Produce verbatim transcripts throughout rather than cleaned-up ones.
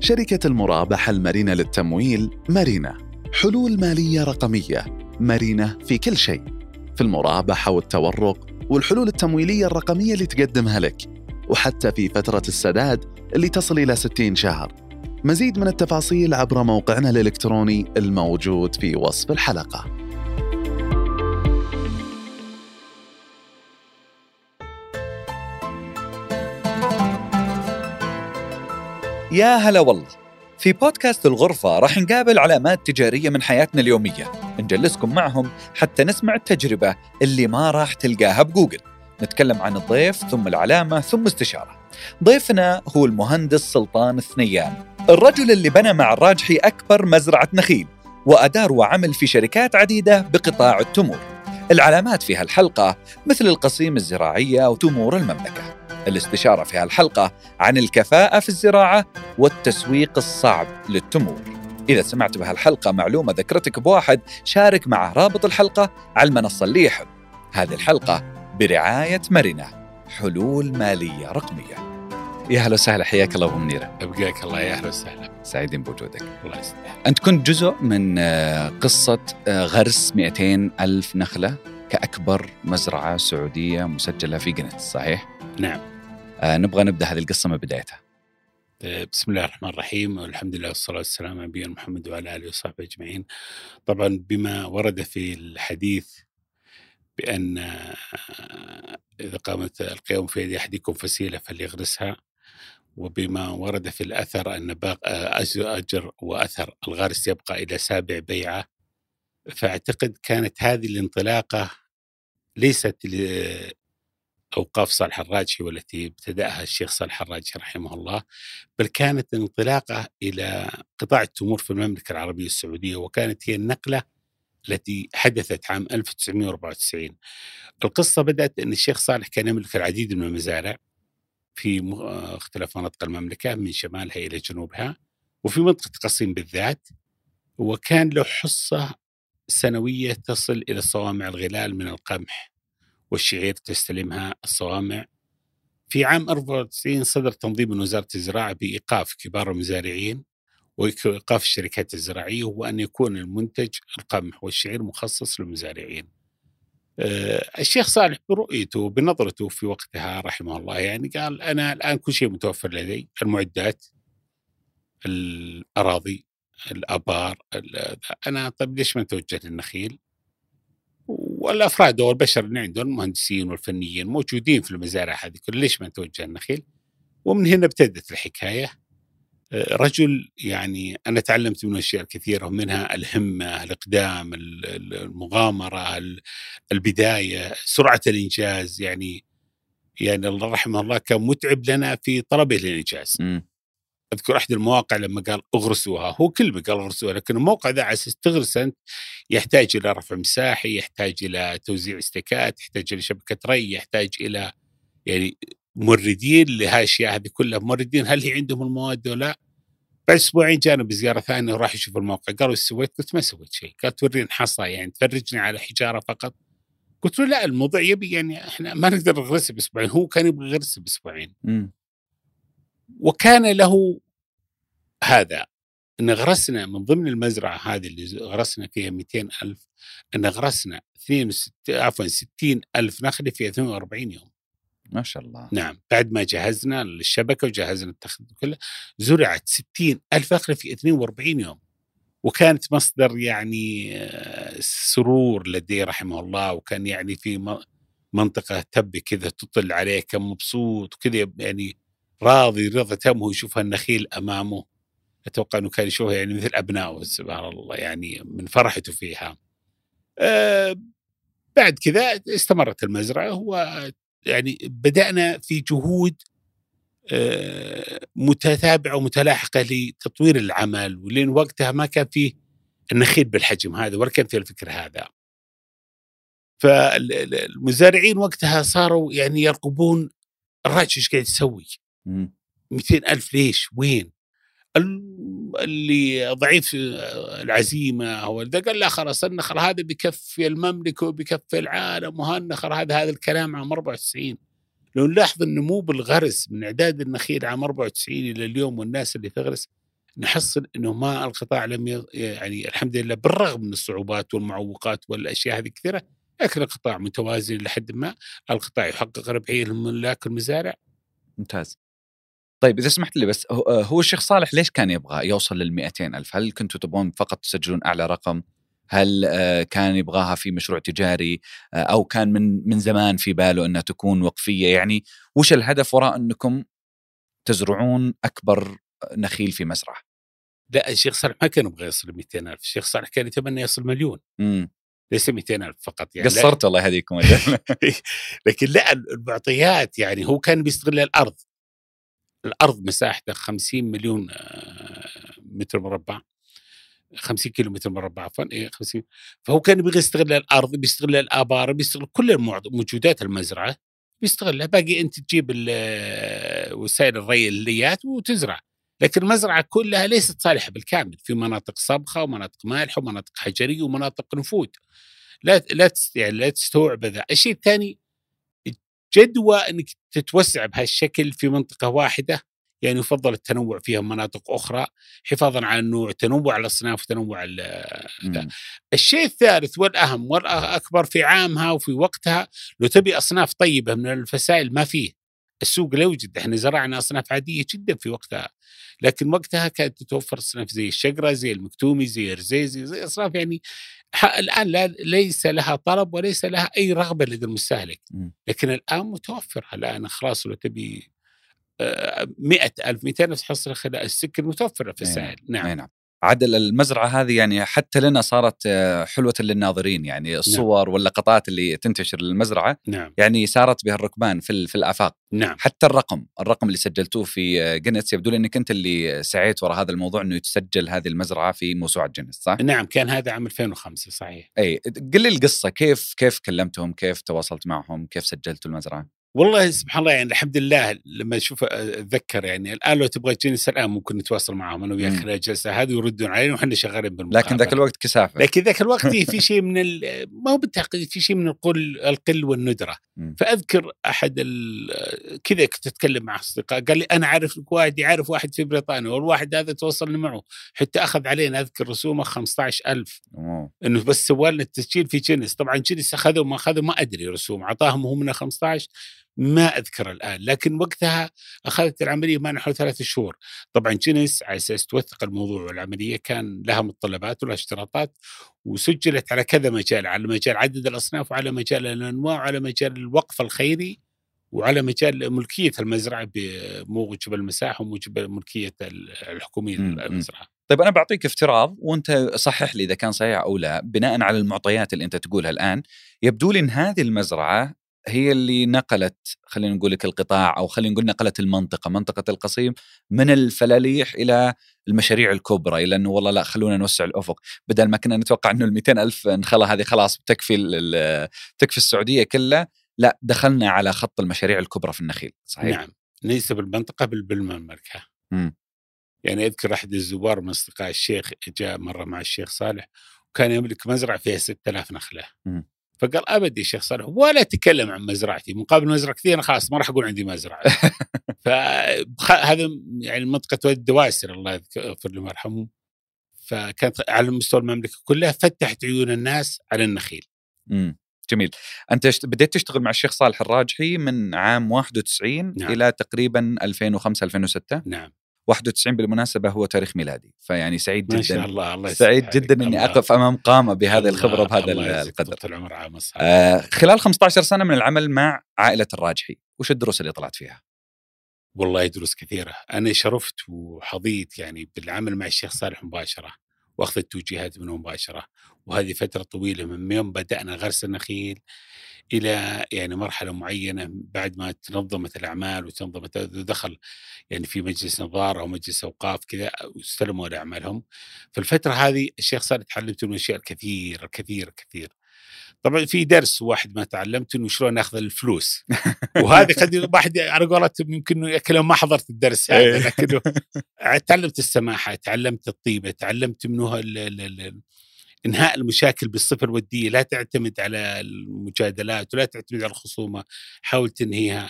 شركة المرابحة المرنة للتمويل مارينا، حلول مالية رقمية مرنة في كل شيء، في المرابحة والتورق والحلول التمويلية الرقمية اللي تقدمها لك، وحتى في فترة السداد اللي تصل إلى ستين شهر. مزيد من التفاصيل عبر موقعنا الإلكتروني الموجود في وصف الحلقة. يا هلا والله. في بودكاست الغرفة راح نقابل علامات تجارية من حياتنا اليومية، نجلسكم معهم حتى نسمع التجربة اللي ما راح تلقاها بجوجل. نتكلم عن الضيف ثم العلامة ثم استشارة. ضيفنا هو المهندس سلطان الثنيان، الرجل اللي بنى مع الراجحي أكبر مزرعة نخيل، وأدار وعمل في شركات عديدة بقطاع التمور. العلامات في هالحلقة مثل القصيم الزراعية وتمور المملكة. الاستشارة في هالحلقة عن الكفاءة في الزراعة والتسويق الصعب للتمور. إذا سمعت بهالحلقة معلومة ذكرتك بواحد، شارك معه رابط الحلقة على المنصة اللي يحب. هذه الحلقة برعاية مرنة، حلول مالية رقمية. يا هلا وسهلا، حياك الله أبو منيرة. أبقاك الله، يا هلا وسهلا، سعيدين بوجودك. الله يسلمك. أنت كنت جزء من قصة غرس مئتين ألف نخلة كأكبر مزرعة سعودية مسجلة في جنت، صحيح؟ نعم. آه نبغى نبدأ هذه القصة من بدايتها. بسم الله الرحمن الرحيم، والحمد لله والصلاة والسلام على نبينا محمد وعلى آله وصحبه أجمعين. طبعا بما ورد في الحديث بأن إذا قامت القيام في يد أحدكم فسيلة فليغرسها، وبما ورد في الأثر أن أجر وأثر الغارس يبقى إلى سابع بيعة، فأعتقد كانت هذه الانطلاقة ليست أوقاف صالح الراجحي والتي ابتدأها الشيخ صالح الراجحي رحمه الله، بل كانت انطلاقة إلى قطاع التمور في المملكة العربية السعودية، وكانت هي النقلة التي حدثت عام ألف وتسعمائة وأربعة وتسعين. القصة بدأت أن الشيخ صالح كان يملك العديد من المزارع في مختلف مناطق المملكة من شمالها إلى جنوبها، وفي منطقة قصيم بالذات، وكان له حصة سنوية تصل إلى الصوامع الغلال من القمح والشعير تستلمها الصوامع. في عام أربعة وتسعين صدر تنظيم من وزارة الزراعة بإيقاف كبار المزارعين وإيقاف الشركات الزراعية، وأن يكون المنتج القمح والشعير مخصص للمزارعين. أه الشيخ صالح برؤيته بنظرته في وقتها رحمه الله يعني قال: أنا الآن كل شيء متوفر لدي، المعدات، الأراضي، الآبار، أنا طيب ليش ما نتوجه للنخيل؟ والأفراد والبشر اللي عندهم المهندسين والفنيين موجودين في المزارع هذه كل، ليش ما نتوجه النخيل؟ ومن هنا ابتدت الحكاية. رجل يعني أنا تعلمت منه أشياء كثيرة، منها الهمة، الإقدام، المغامرة، البداية، سرعة الإنجاز. يعني يعني الله رحمه الله كان متعب لنا في طلبه للإنجاز. م. أذكر أحد المواقع لما قال اغرسوها، هو كلمة قال اغرسوها، لكن الموقع ذا على أساس تغرس أنت يحتاج إلى رفع مساحي، يحتاج إلى توزيع استكات، يحتاج إلى شبكة ري، يحتاج إلى يعني موردين لهالأشياء هذه كلها. موردين هل هي عندهم المواد ولا لا؟ بعد أسبوعين جانا بزيارة ثانية وراح يشوف الموقع، قالوا ايش سويت؟ قلت ما سويت شيء. قال تورين حصى يعني تفرجني على حجارة فقط. قلت له لا، الموضوع يبي يعني احنا ما نقدر نغرسه بأسبوعين، هو كان يبغى يغرسه بأسبوعين. وكان له هذا ان غرسنا من ضمن المزرعة هذه اللي غرسنا فيها مئتين ألف، ان غرسنا اثنين وستين عفوا ستين ألف نخلة في اثنين وأربعين يوم. ما شاء الله. نعم، بعد ما جهزنا الشبكة وجهزنا التخطيط كله زرعت ستين ألف نخلة في اثنين وأربعين يوم، وكانت مصدر يعني سرور لديه رحمه الله. وكان يعني في منطقة تب كذا تطل عليه، كان مبسوط كذا يعني راضي رضا تام، هو يشوف النخيل أمامه. أتوقع أنه كان يشوفها يعني مثل أبنائه سبحان الله، يعني من فرحته فيها. أه بعد كذا استمرت المزرعة، هو يعني بدأنا في جهود أه متتابعة ومتلاحقة لتطوير العمل، ولين وقتها ما كان فيه النخيل بالحجم هذا ولا كان فيه الفكر هذا. فالمزارعين وقتها صاروا يعني يرقبون الراجل ايش قاعد يسوي، مئتين ألف ليش وين؟ اللي ضعيف العزيمة أو ده قال لا خلاص النخل هذا بكفي المملكة وبكفي العالم، وهالنخل هذا هذا الكلام عام أربعة وتسعين. لو نلاحظ النمو بالغرس من إعداد النخيل عام أربعة وتسعين إلى اليوم، والناس اللي تغرس نحصل أنه ما القطاع لم ي... يعني الحمد لله بالرغم من الصعوبات والمعوقات والأشياء هذه كثيرة، لكن القطاع متوازن لحد ما. القطاع يحقق ربحية لملاك المزارع. ممتاز. طيب إذا سمحت لي بس، هو الشيخ صالح ليش كان يبغى يوصل للمئتين ألف؟ هل كنتوا تبغون فقط تسجلون أعلى رقم؟ هل كان يبغاها في مشروع تجاري، أو كان من من زمان في باله أنها تكون وقفية؟ يعني وش الهدف وراء أنكم تزرعون أكبر نخيل في مزرعة؟ لا، الشيخ صالح ما كان يبغى يصل مئتين ألف، الشيخ صالح كان يتمنى يصل مليون. امم ليس مئتين ألف فقط يعني. قصرت الله يهديكم. لكن لا، المعطيات يعني هو كان بيستغل الأرض. الأرض مساحتها خمسين مليون متر مربع، خمسين كيلو متر مربع عفوا، إيه خمسين. فهو كان بيغي يستغل الأرض، بيستغل الآبار، بيستغل كل موجودات المزرعة بيستغلها. باقي أنت تجيب وسائل الري الليات وتزرع. لكن المزرعة كلها ليست صالحة بالكامل، في مناطق صبخة ومناطق مالحة ومناطق حجرية ومناطق نفوت لا لا يعني لا تستوعب ذا. الشيء الثاني، جدوى انك تتوسع بهالشكل في منطقه واحده، يعني يفضل التنوع فيها مناطق اخرى حفاظا على النوع، تنوع الاصناف وتنوع الشيء الثالث والاهم والاكبر في عامها وفي وقتها، لو تبي اصناف طيبه من الفسائل ما فيه، السوق لا يوجد. احنا زرعنا اصناف عاديه جدا في وقتها، لكن وقتها كانت تتوفر اصناف زي الشقره، زي المكتومي، زي الرزيزي، زي اصناف يعني الآن لا ليس لها طلب وليس لها أي رغبة لدى المستهلك، لكن الآن متوفرة. الآن خلاص لو تبي مئة ألف مئتين ألف تحصل خلال السكر متوفرة في السائل. نعم. نعم. عدل المزرعة هذه يعني حتى لنا صارت حلوة للناظرين، يعني الصور نعم. واللقطات اللي تنتشر للمزرعة نعم. يعني سارت بها الركبان في في الآفاق. نعم. حتى الرقم الرقم اللي سجلتوه في جينيس يبدو لي أنك أنت اللي سعيت وراء هذا الموضوع، أنه يتسجل هذه المزرعة في موسوعة جينيس، صح؟ نعم، كان هذا عام ألفين وخمسة صحيح. أي قل لي القصة، كيف كيف كلمتهم، كيف تواصلت معهم، كيف سجلتوا المزرعة؟ والله سبحان الله، يعني الحمد لله لما أشوف أتذكر يعني الآن لو تبغى جينيس الآن ممكن نتواصل معهم أنا ويا خلال الجلسة هذه ويردون علينا وحنا شغالين بالمقابلة. لكن ذاك الوقت كثافة. لكن ذاك الوقت في شيء من ما هو بالتحقيق، في شيء من القل القل والندرة. م. فأذكر أحد كذا كنت أتكلم مع أصدقاء قال لي أنا عارف واحد يعرف واحد في بريطانيا، والواحد هذا تواصلنا معه حتى أخذ علينا أذكر رسومه خمسة عشر ألف إنه بس سوى لنا التسجيل في جينيس. طبعا جينيس أخذوا ما أخذوا ما أدري رسوم عطاهم هم من خمسة عشر ما أذكر الآن، لكن وقتها أخذت العملية ما نحو ثلاثة شهور. طبعا جينيس على أساس توثق الموضوع والعملية كان لها متطلبات ولها اشتراطات، وسجلت على كذا مجال، على مجال عدد الأصناف وعلى مجال الأنواع وعلى مجال الوقف الخيري وعلى مجال ملكية المزرعة بموجب المساحة وموجب ملكية الحكومية للمزرعة. طيب أنا بعطيك افتراض وأنت صحح لي إذا كان صحيح أو لا، بناء على المعطيات اللي أنت تقولها الآن يبدو لي أن هذه المزرعة هي اللي نقلت، خلينا نقول لك القطاع، أو خلينا نقول نقلت المنطقة منطقة القصيم من الفلاليح إلى المشاريع الكبرى، إلى أنه والله لا خلونا نوسع الأفق، بدل ما كنا نتوقع أنه المئتين ألف نخلها هذه خلاص بتكفي تكفي السعودية كلها، لا دخلنا على خط المشاريع الكبرى في النخيل. صحيح؟ نعم، ليس بالمنطقة بل بالمملكة. م. يعني أذكر أحد الزوار من أصدقاء الشيخ جاء مرة مع الشيخ صالح وكان يملك مزرعة فيها ستة آلاف نخلة. م. فقال أبدي الشيخ صالح ولا تكلم عن مزرعتي، مقابل مزرعة كثير أنا خلاص ما راح أقول عندي مزرعة. فهذا يعني منطقة الدواسر الله يغفر له ويرحمه، فكانت على مستوى المملكة كلها فتحت عيون الناس على النخيل. امم جميل. أنت بديت تشتغل مع الشيخ صالح الراجحي من عام واحد وتسعين نعم. إلى تقريبا ألفين وخمسة ألفين وستة. نعم. واحد وتسعين بالمناسبة هو تاريخ ميلادي، فيعني سعيد جدا ما شاء الله. الله سعيد جدا إني أقف أمام قامة بهذه الخبرة بهذا القدر. آه خلال خمسة عشر سنة من العمل مع عائلة الراجحي، وش الدروس اللي طلعت فيها؟ والله دروس كثيرة. أنا شرفت وحظيت يعني بالعمل مع الشيخ صالح مباشرة وأخذ التوجيهات منه مباشرة، وهذه فترة طويلة من يوم بدأنا غرس النخيل إلى يعني مرحلة معينة بعد ما تنظمت الأعمال وتنظمت ودخل يعني في مجلس نظارة ومجلس أوقاف كذا واستلموا لأعمالهم. في الفترة هذه الشيخ صالح تعلمت منه أشياء كثير كثير كثير. طبعا في درس واحد ما تعلمت إنه شلون ناخذ الفلوس، وهذه قد واحد على قولتهم يمكن يكلم ما حضرت الدرس هذا، لكنه تعلمت السماحة، تعلمت الطيبة، تعلمت منه ال ال ال إنهاء المشاكل بالصفر والدية، لا تعتمد على المجادلات ولا تعتمد على الخصومة، حاول تنهيها.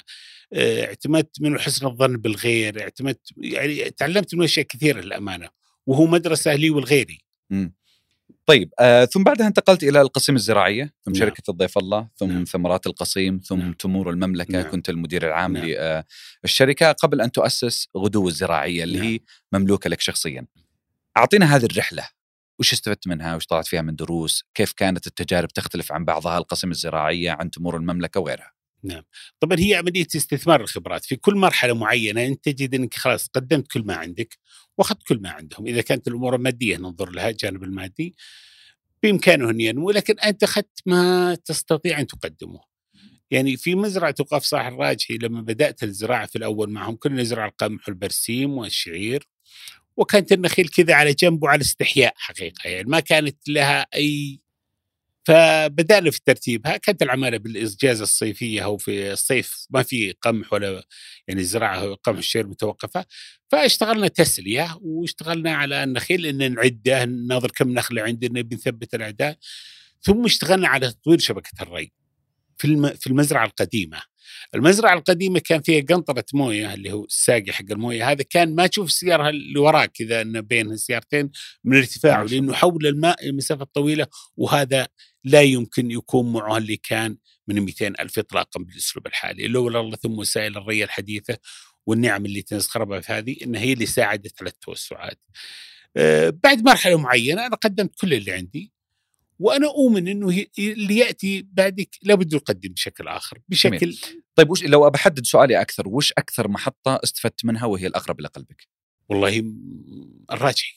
اعتمدت منه حسن الظن بالغير، اعتمدت يعني تعلمت منه أشياء كثيرة للأمانة، وهو مدرسة لي ولغيري. م. طيب آه، ثم بعدها انتقلت إلى القصيم الزراعية، ثم نعم. شركة الضيف الله، ثم نعم. ثمرات القصيم، ثم نعم. تمور المملكة. نعم. كنت المدير العام نعم. للشركة قبل أن تؤسس غدو الزراعية اللي نعم. هي مملوكة لك شخصيا. أعطينا هذه الرحلة، وش استفدت منها، وش طلعت فيها من دروس، كيف كانت التجارب تختلف عن بعضها، القصيم الزراعية عن تمور المملكة وغيرها. نعم. طبعا هي عملية استثمار الخبرات في كل مرحلة معينة. أنت تجد أنك خلاص قدمت كل ما عندك وأخذت كل ما عندهم. إذا كانت الأمور المادية ننظر لها، الجانب المادي بإمكانه أن ينمو، لكن أنت أخذت ما تستطيع أن تقدمه. يعني في مزرعة وقاف صاح الراجحي لما بدأت الزراعة في الأول معهم كنا نزرع القمح والبرسيم والشعير، وكانت النخيل كذا على جنب وعلى استحياء حقيقة، يعني ما كانت لها أي. فبدأنا في ترتيبها. كانت العمالة بالإجازة الصيفية أو في الصيف ما في قمح ولا يعني الزراعة قمح الشعير متوقفة، فاشتغلنا تسلية واشتغلنا على النخيل إن نعده، ننظر كم نخلة عندنا، بنثبت الأعداد. ثم اشتغلنا على تطوير شبكة الري في في المزرعة القديمة. المزرعة القديمة كان فيها قنطرة موية اللي هو الساقي حق الموية، هذا كان ما تشوف السيارة اللي وراك كذا أن بين السيارتين من ارتفاعه، لأنه حول الماء المسافة طويلة، وهذا لا يمكن يكون معه اللي كان من مئتين ألف إطلاقا بالأسلوب الحالي. لولا الله ثم وسائل الري الحديثة والنعم اللي تنسخربها في هذه، إن هي اللي ساعدت على التوسعات. أه بعد مرحلة معينة أنا قدمت كل اللي عندي، وأنا أؤمن أنه اللي يأتي بعدك لابد يقدم بشكل آخر بشكل جميل. طيب وش لو أبحدد سؤالي أكثر، وش أكثر محطة استفدت منها وهي الأقرب لقلبك؟ والله الراجحي.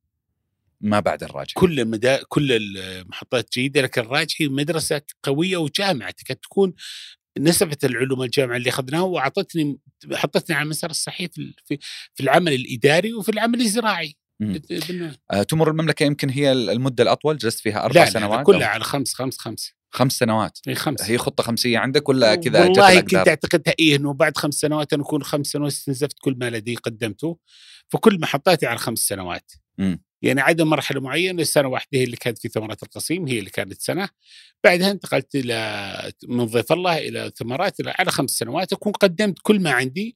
ما بعد الراجحي كل المدى كل المحطات جيدة، لكن الراجحي مدرسة قوية وجامعة تكاد تكون نسبت العلوم الجامعة اللي أخذناه وأعطتني حطتني على المسار الصحيح في في العمل الإداري وفي العمل الزراعي. آه، تمر المملكة يمكن هي المدة الأطول، جلست فيها أربع لا سنوات. لا كلها على خمس خمس خمس خمس سنوات. هي خمس. هي خطة خمسية عندك ولا كذا؟ والله كنت أعتقدها إيه إنه بعد خمس سنوات أنا أكون خمس سنوات استنزفت كل ما لدي قدمته، فكل محطاتي على خمس سنوات. م. يعني عدم مرحلة معينة، السنة واحدة هي اللي كانت في ثمرات القصيم، هي اللي كانت سنة. بعدها انتقلت إلى من ضيف الله إلى ثمرات على خمس سنوات، أكون قدمت كل ما عندي،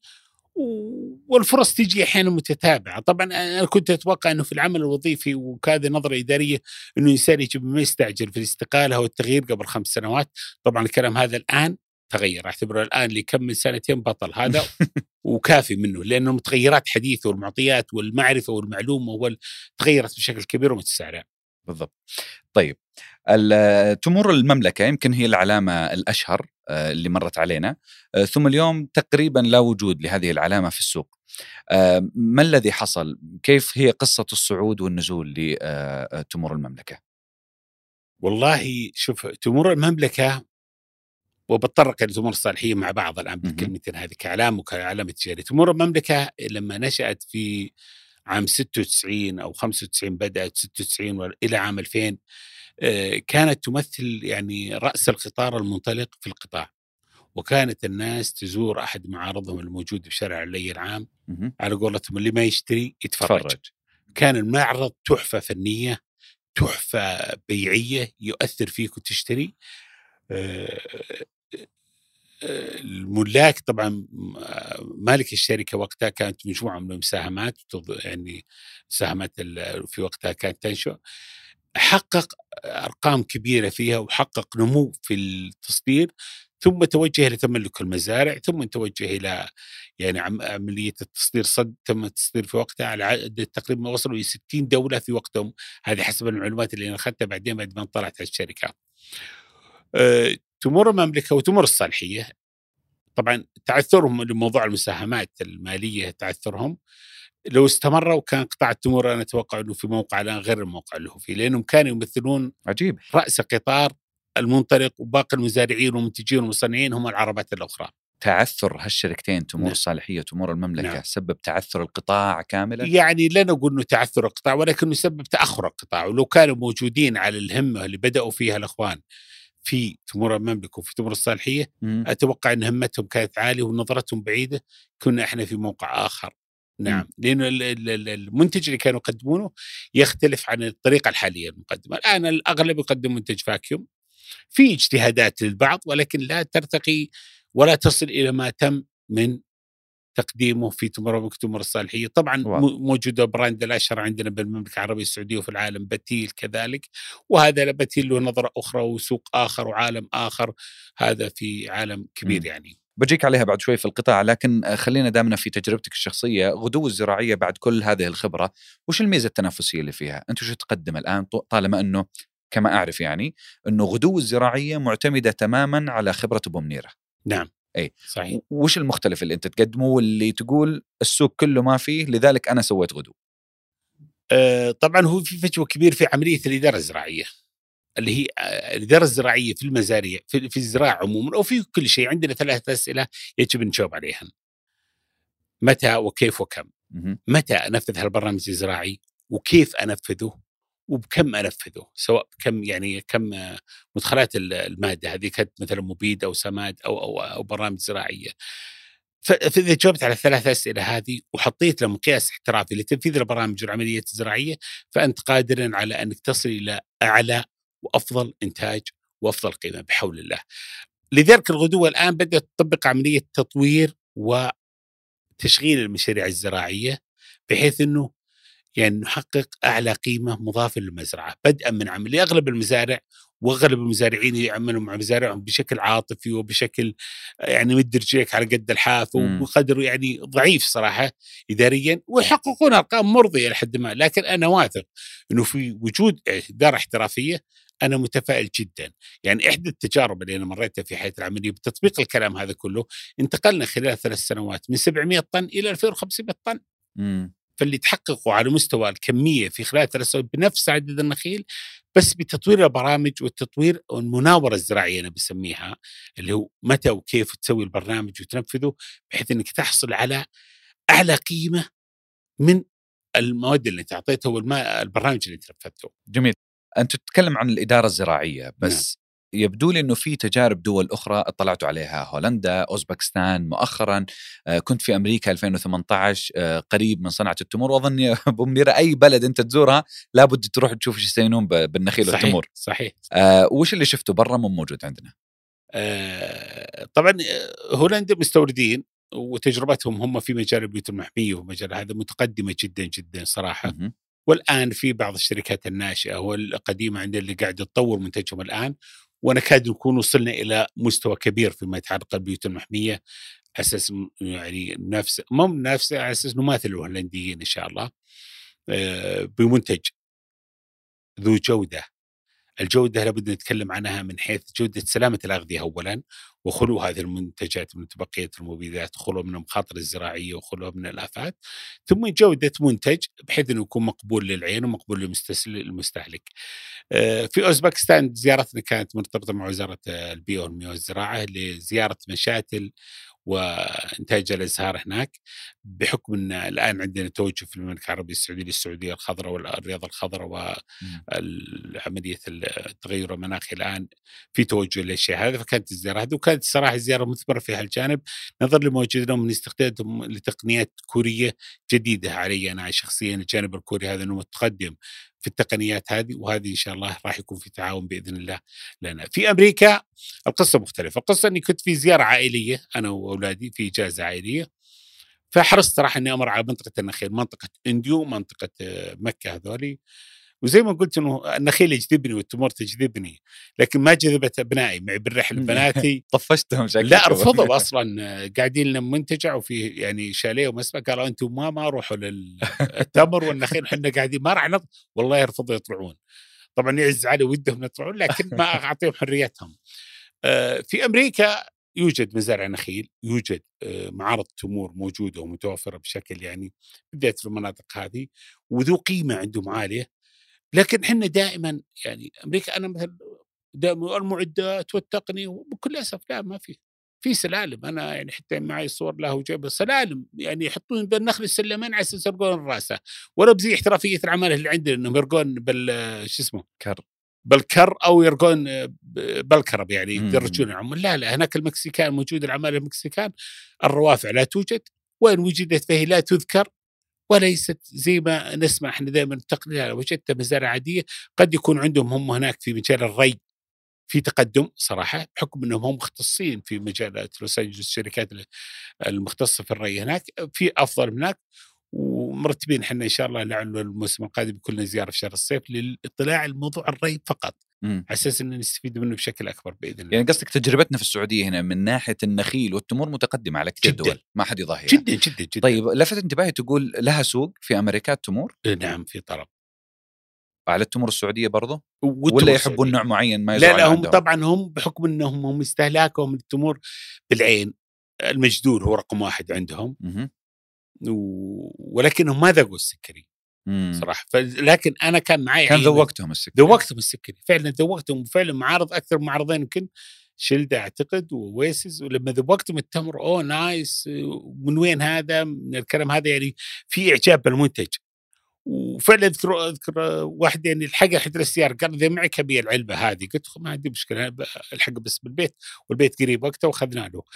والفرص تيجي أحيانا متتابعة. طبعا أنا كنت أتوقع أنه في العمل الوظيفي وكذا نظرة إدارية أنه إنسان يجب ما يستعجل في الاستقالة والتغيير قبل خمس سنوات. طبعا الكلام هذا الآن تغير، أعتبره الآن اللي يكمل سنتين بطل هذا وكافي منه، لأنه متغيرات حديثة والمعطيات والمعرفة والمعلومة والتغيرت بشكل كبير ومتسارع. بالضبط. طيب تمر المملكة يمكن هي العلامة الأشهر اللي مرت علينا، ثم اليوم تقريبا لا وجود لهذه العلامة في السوق. ما الذي حصل؟ كيف هي قصة الصعود والنزول لتمر المملكة؟ والله شوف، تمر المملكة وبتطرق لتمور الصالحية مع بعض الآن بالكلمتين هذه كعلام وكعلامة تجارية. تمور المملكة لما نشأت في عام ستة وتسعين أو خمسة وتسعين، بدأت ستة وتسعين إلى عام ألفين، كانت تمثل يعني رأس القطار المنطلق في القطاع، وكانت الناس تزور أحد معارضهم الموجود في شارع اللي العام على قولتهم اللي ما يشتري يتفرج. فرج. كان المعرض تحفة فنية، تحفة بيعية، يؤثر فيك وتشتري. الملاك طبعا مالك الشركة وقتها كانت مجموعة من المساهمات، يعني مساهمات في وقتها كانت تنشأ، حقق أرقام كبيرة فيها وحقق نمو في التصدير، ثم توجه لتملك المزارع، ثم توجه إلى يعني عملية التصدير. صد تم التصدير في وقتها على عدد تقريبا وصلوا إلى ستين دولة في وقتهم، هذه حسب المعلومات اللي أنا أخذتها بعدين بعد ما طلعت على الشركة. أه تمر المملكة وتمر الصالحية طبعا تعثرهم لموضوع المساهمات المالية، تعثرهم لو استمروا كان قطاع التمور أنا أتوقع أنه في موقع الآن غير الموقع اللي هو فيه، لأنهم كانوا يمثلون عجيب رأس قطار المنطلق، وباقي المزارعين والمنتجين والمصنعين هم العربات الأخرى. تعثر هالشركتين تمور الصالحية وتمور المملكة نعم. سبب تعثر القطاع كاملا؟ يعني لا نقول أنه تعثر القطاع، ولكنه سبب تأخر القطاع. ولو كانوا موجودين على الهمة اللي بدأوا فيها الأخوان في تمور المملكة وفي تمور الصالحية، م. أتوقع أن همتهم كانت عالية ونظرتهم بعيدة، كنا إحنا في موقع آخر. نعم، لأن المنتج اللي كانوا يقدمونه يختلف عن الطريقة الحالية المقدمة. الآن الأغلب يقدم منتج فاكيوم، في اجتهادات للبعض ولكن لا ترتقي ولا تصل إلى ما تم من تقديمه في تمر تمر الصالحية. طبعا واو. موجودة براند الأشهر عندنا بالمملكة العربية السعودية وفي العالم بتيل كذلك، وهذا بتيل له نظرة أخرى وسوق آخر وعالم آخر، هذا في عالم كبير م. يعني بجيك عليها بعد شوي في القطاع، لكن خلينا دامنا في تجربتك الشخصية. غدو الزراعية بعد كل هذه الخبرة، وش الميزة التنافسية اللي فيها؟ أنتوا شو تقدم الآن، طالما أنه كما أعرف يعني أنه غدو الزراعية معتمدة تماما على خبرة أبو منيرة؟ نعم أي صحيح. وش المختلف اللي أنت تقدمه واللي تقول السوق كله ما فيه لذلك أنا سويت غدو؟ أه طبعا هو في فجوة كبير في عملية الإدارة الزراعية، اللي هي الإدارة الزراعية في المزارع في, في الزراعة عموما أو في كل شيء. عندنا ثلاثة أسئلة يجب أن نجاوب عليها: متى وكيف وكم. م- متى أنفذ هالبرنامج الزراعي، وكيف أنفذه، وبكم أنفذه، سواء كم يعني كم مدخلات المادة هذه كانت مثلا مبيد أو سماد أو أو, أو برامج زراعية. فإذا جاوبت على الثلاث أسئلة هذه وحطيت له مقياس احترافي لتنفيذ البرامج والعمليات الزراعية، فأنت قادر على أنك تصل إلى أعلى وأفضل إنتاج وأفضل قيمة بحول الله. لذلك الغدوة الآن بدأت تطبق عملية تطوير وتشغيل المشاريع الزراعية بحيث أنه يعني نحقق أعلى قيمة مضافة للمزرعة، بدءا من عملية. أغلب المزارع وأغلب المزارعين يعملوا مع مزارعهم بشكل عاطفي وبشكل يعني مد رجليك على قد الحافة وبقدر يعني ضعيف صراحة إداريا، ويحققون أرقام مرضية لحد ما. لكن أنا واثق أنه في وجود إدارة احترافية أنا متفائل جدا. يعني إحدى التجارب اللي أنا مريتها في حياتي العملية بتطبيق الكلام هذا كله، انتقلنا خلال ثلاث سنوات من سبعمائة طن إلى ألفين وخمسمائة طن. م. فاللي تحققوا على مستوى الكمية في خلال ثلاث سنوات بنفس عدد النخيل، بس بتطوير البرامج والتطوير والمناورة الزراعية أنا بسميها، اللي هو متى وكيف تسوي البرنامج وتنفذه بحيث أنك تحصل على أعلى قيمة من المواد اللي تعطيتها والبرنامج اللي تنفذته. جميل. أنت تتكلم عن الإدارة الزراعية بس نعم. يبدو لي أنه في تجارب دول أخرى اطلعتوا عليها، هولندا، أوزبكستان مؤخرا، كنت في أمريكا ألفين وثمانية عشر قريب من صناعة التمور، وأظن أبو منيرة أي بلد أنت تزورها لابد تروح تشوف ايش يسوون بالنخيل والتمور. صحيح. آه وش اللي شفته برا مو موجود عندنا؟ آه طبعا هولندا مستوردين وتجربتهم هم في مجال البيوت المحمية ومجال هذا متقدمة جدا جدا صراحة. م- والآن في بعض الشركات الناشئة والقديمة عندنا اللي قاعدة تطور منتجهم الآن، ونكاد نكون وصلنا إلى مستوى كبير فيما يتعلق بالبيوت المحمية، أساس يعني نفس مو نفس على أساس نماثل الهولنديين إن شاء الله بمنتج ذو جودة. الجودة لابد نتكلم عنها من حيث جودة سلامة الأغذية أولا، وخلو هذه المنتجات من بقية المبيدات، خلو من المخاطر الزراعية وخلو من الآفات، ثم جودة منتج بحيث أنه يكون مقبول للعين ومقبول للمستهلك. في أوزبكستان زيارتنا كانت مرتبطة مع وزارة البيئة والمياه والزراعة لزيارة مشاتل وإنتاج الأزهار هناك، بحكم أن الآن عندنا توجه في المملكة العربية السعودية للسعودية الخضراء والرياضة الخضراء وعملية التغير المناخي، الآن في توجه للشيء هذا. فكانت الزيارة هذه وكانت الصراحة زيارة مثمرة في هالجانب، نظر لموجود لهم من استخدامهم لتقنيات كورية جديدة علي أنا شخصيا. الجانب الكوري هذا أنه متقدم في التقنيات هذه، وهذه إن شاء الله راح يكون في تعاون بإذن الله لنا. في أمريكا القصة مختلفة. القصة أني كنت في زيارة عائلية أنا وأولادي في إجازة عائلية، فحرصت صراحة أني أمر على منطقة النخيل، منطقة إنديو، منطقة مكة هذولي. وزي ما قلت انه النخيل يجذبني والتمور تجذبني، لكن ما جذبت ابنائي معي بالرحله بناتي. طفشتهم شكلك. لا رفضوا اصلا، قاعدين لنا منتجع وفي يعني شاليه ومسبح، قالوا انتم ما ما روحوا للتمر والنخيل، احنا قاعدين ما راح نط... والله يرفضوا يطلعون. طبعا يعز علي ودهم يطلعون لكن ما اعطيهم حريتهم. في امريكا يوجد مزارع نخيل، يوجد معارض تمور موجوده ومتوفره بشكل يعني بالذات في المناطق هذه، وذو قيمه عندهم عاليه. لكن احنا دائما يعني امريكا انا مثلا دائما المعدات والتقنيه، وبكل اسف لا ما في في سلالم. انا يعني حتى معي صور له وجايب سلالم يعني يحطون بالنخل السلمين على اساس يرقون راسه، ولا بزي احترافيه العماله اللي عندنا انهم يرقون بال شو اسمه كر بالكر او يرقون بالكرب يعني يدرجون العمال. لا لا هناك المكسيكان موجود، العماله المكسيكان الروافع لا توجد، وين وجدت فهي لا تذكر، وليست زي ما نسمع احنا دائما التقنيه. وجدت مزارع عاديه قد يكون عندهم هم هناك في مجال الري في تقدم صراحة، بحكم أنهم هم مختصين في مجالات لوس أنجلوس، الشركات المختصة في الري هناك في أفضل هناك. ومرتبين احنا إن شاء الله لعل الموسم القادم يكون لنا زيارة في شهر الصيف للاطلاع الموضوع الري فقط، على أساس أن نستفيد منه بشكل أكبر بإذن الله. يعني قصدك تجربتنا في السعودية هنا من ناحية النخيل والتمور متقدمة على كثير دول، ما حد يضاهيها. جدا جدا جدا. طيب لفت انتباهي تقول لها سوق في أمريكا التمور؟ نعم في طلب على التمور السعودية برضه؟ ولا يحبون نوع معين ما يزرع لا لا هم عندهم؟ طبعا هم بحكم أنهم هم استهلاكهم التمور بالعين، المجدول هو رقم واحد عندهم. م- ولكنهم ما ذوقوا السكري صراحة. لكن أنا كان معي كان ذوقتهم السكري ذوقتهم السكري فعلا، ذوقتهم فعلا معارض أكثر معارضين يمكن شلدة أعتقد وويسز. ولما ذوقتهم التمر أوه نايس، من وين هذا من الكلام هذا، يعني في إعجاب بالمنتج. وفعلا أذكر أذكر واحد يعني الحق حتى السيارة قال إذا معك أبي العلبة هذه، قلت ما عندي مشكلة الحق بس بالبيت، والبيت قريب وقته وأخذنا له.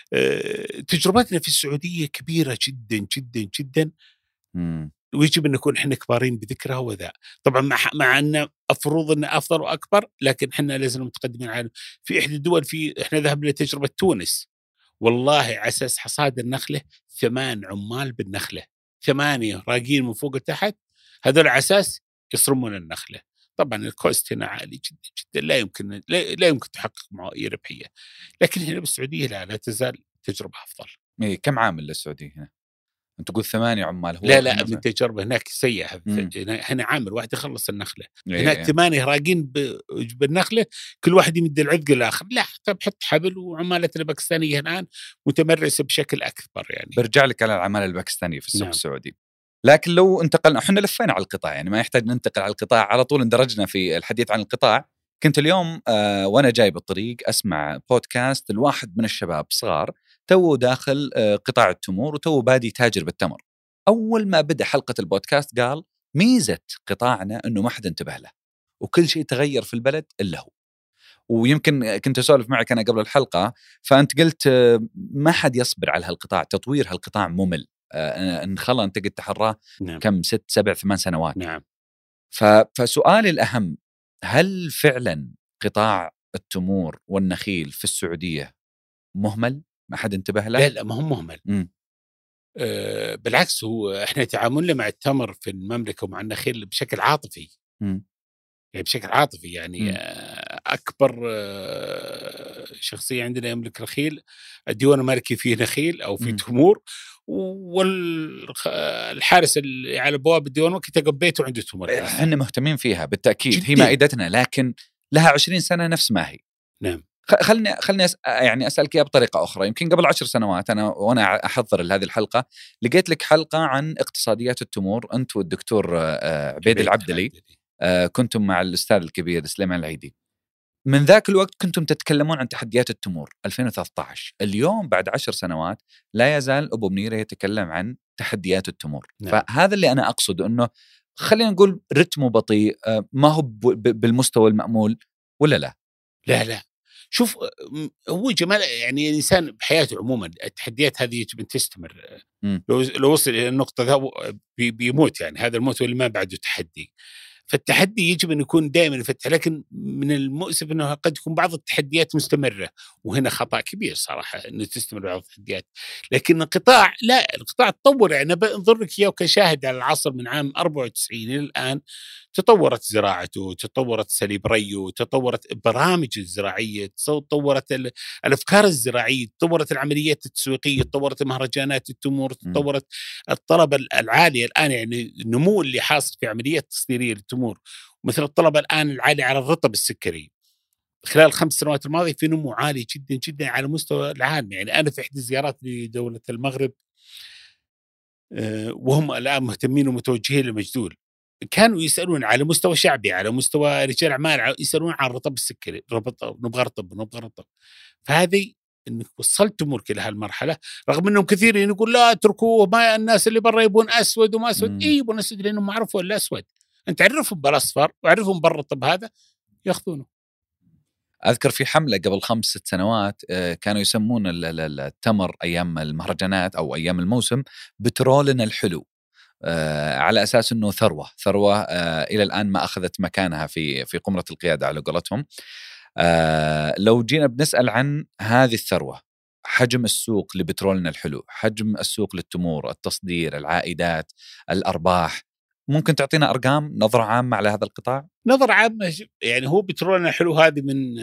أه تجربتنا في السعودية كبيرة جدا جدا جدا. مم. ويجب أن نكون إحنا كبارين بذكرها وذا. طبعا مع مع أن أفرض أن أفضل وأكبر، لكن إحنا لازم متقدمين عنه. في إحدى الدول في إحنا ذهبنا لتجربة تونس، والله على أساس حصاد النخلة ثمان عمال بالنخلة، ثمانية راقين من فوق لتحت، هذول على أساس يصرمون النخلة. طبعا الكوست هنا عالي جدا جدا، لا يمكن لا, لا يمكن تحقق معه أي ربحية. لكن هنا بالسعودية لا, لا تزال تجربة أفضل. إيه كم عامل للسعودية هنا؟ أنت تقول ثمانية عمال، هو لا لا من التجربة هناك سيئة. هنا عامل واحد يخلص النخلة، هناك إيه. ثمانية راقين بالنخلة، كل واحد يمد العذق الآخر. لا طب حط حبل. وعمالتنا الباكستانية الآن متمرسة بشكل أكبر. يعني برجع لك على العمالة الباكستانية في السوق نعم. السعودي. لكن لو انتقلنا، احنا لفينا على القطاع، يعني ما يحتاج ننتقل على القطاع على طول، اندرجنا في الحديث عن القطاع. كنت اليوم آه وانا جاي بالطريق اسمع بودكاست الواحد من الشباب صغار تو داخل آه قطاع التمور وتو بادي تاجر بالتمر. اول ما بدا حلقه البودكاست قال ميزه قطاعنا انه ما حد انتبه له وكل شيء تغير في البلد الا هو. ويمكن كنت اسولف معك انا قبل الحلقه، فانت قلت آه ما حد يصبر على هالقطاع، تطوير هالقطاع ممل. آه ان خلا انت قد تحراه نعم. كم ست سبع ثمان سنوات نعم. فسؤالي الأهم، هل فعلا قطاع التمور والنخيل في السعودية مهمل؟ ما حد انتبه له؟ لا لا ما هو مهمل. أه بالعكس، هو احنا تعاملنا مع التمر في المملكة ومع النخيل بشكل عاطفي. م. يعني بشكل عاطفي يعني م. أكبر شخصية عندنا يملك نخيل الديوان الملكي فيه نخيل أو فيه تمور، والحارس اللي على بواب الديوان وقت تقبيته عنده تمور. احنا مهتمين فيها بالتأكيد جديد. هي مائدتنا، لكن لها عشرين سنة نفس ما هي. نعم. خلني خلني أس... يعني أسألك إياها بطريقة أخرى. يمكن قبل عشر سنوات أنا وأنا أحضر لهذه الحلقة لقيت لك حلقة عن اقتصاديات التمور، أنت والدكتور عبيد العبدلي، كنتم مع الأستاذ الكبير سليمان العيدي. من ذاك الوقت كنتم تتكلمون عن تحديات التمور ألفين وثلاثة عشر. اليوم بعد عشر سنوات لا يزال أبو منيرة يتكلم عن تحديات التمور. نعم. فهذا اللي أنا أقصد، أنه خلينا نقول رتمه بطيء، ما هو بالمستوى المأمول ولا لا؟ لا لا شوف، هو جمال يعني الإنسان بحياته عموما التحديات هذه يجب أن تستمر. م. لو لو وصل إلى النقطة ذا بيموت، يعني هذا الموت اللي ما بعده تحدي. فالتحدي يجب أن يكون دائما يفتح، لكن من المؤسف أنه قد يكون بعض التحديات مستمرة، وهنا خطأ كبير صراحة أنه تستمر بعض التحديات. لكن القطاع لا، القطاع تطور. يعني بنظر لك إياه كشاهد على العصر من عام أربعة وتسعين إلى الآن، تطورت زراعته، تطورت سليب ريه، تطورت البرامج الزراعية، تطورت الأفكار الزراعية، تطورت العمليات التسويقية، تطورت مهرجانات التمور، تطورت الطلب العالي الآن. يعني النمو اللي حاصل في عمليات تصديرية للتمور، مثل الطلب الآن العالي على الرطب السكري خلال الخمس سنوات الماضية، في نمو عالي جدا جدا على مستوى العالم. يعني أنا في إحدى الزيارات لدولة المغرب وهم الآن مهتمين ومتوجهين للمجدول، كانوا يسألون على مستوى شعبي، على مستوى رجال أعمال، يسألون عن الرطب السكري، رطب نبغى رطب نبغى رطب. فهذه إنك وصلت أمورك إلى هالمرحلة، رغم أنهم كثيرين يقول لا اتركوه، ما الناس اللي برا يبون أسود وما أسود. إيه يبون أسود لأنهم ما عرفوا إلا أسود. أنت عرفهم بالأصفر وعرفهم بالرطب هذا يأخذونه. أذكر في حملة قبل خمس ست سنوات كانوا يسمون التمر أيام المهرجانات أو أيام الموسم بترولنا الحلو، على أساس أنه ثروة ثروة إلى الآن ما أخذت مكانها في في قمرة القيادة على قولتهم. آه لو جينا بنسأل عن هذه الثروة، حجم السوق لبترولنا الحلو، حجم السوق للتمور، التصدير، العائدات، الأرباح، ممكن تعطينا أرقام نظرة عامة على هذا القطاع؟ نظرة عامة يعني هو بترولنا الحلو هذه من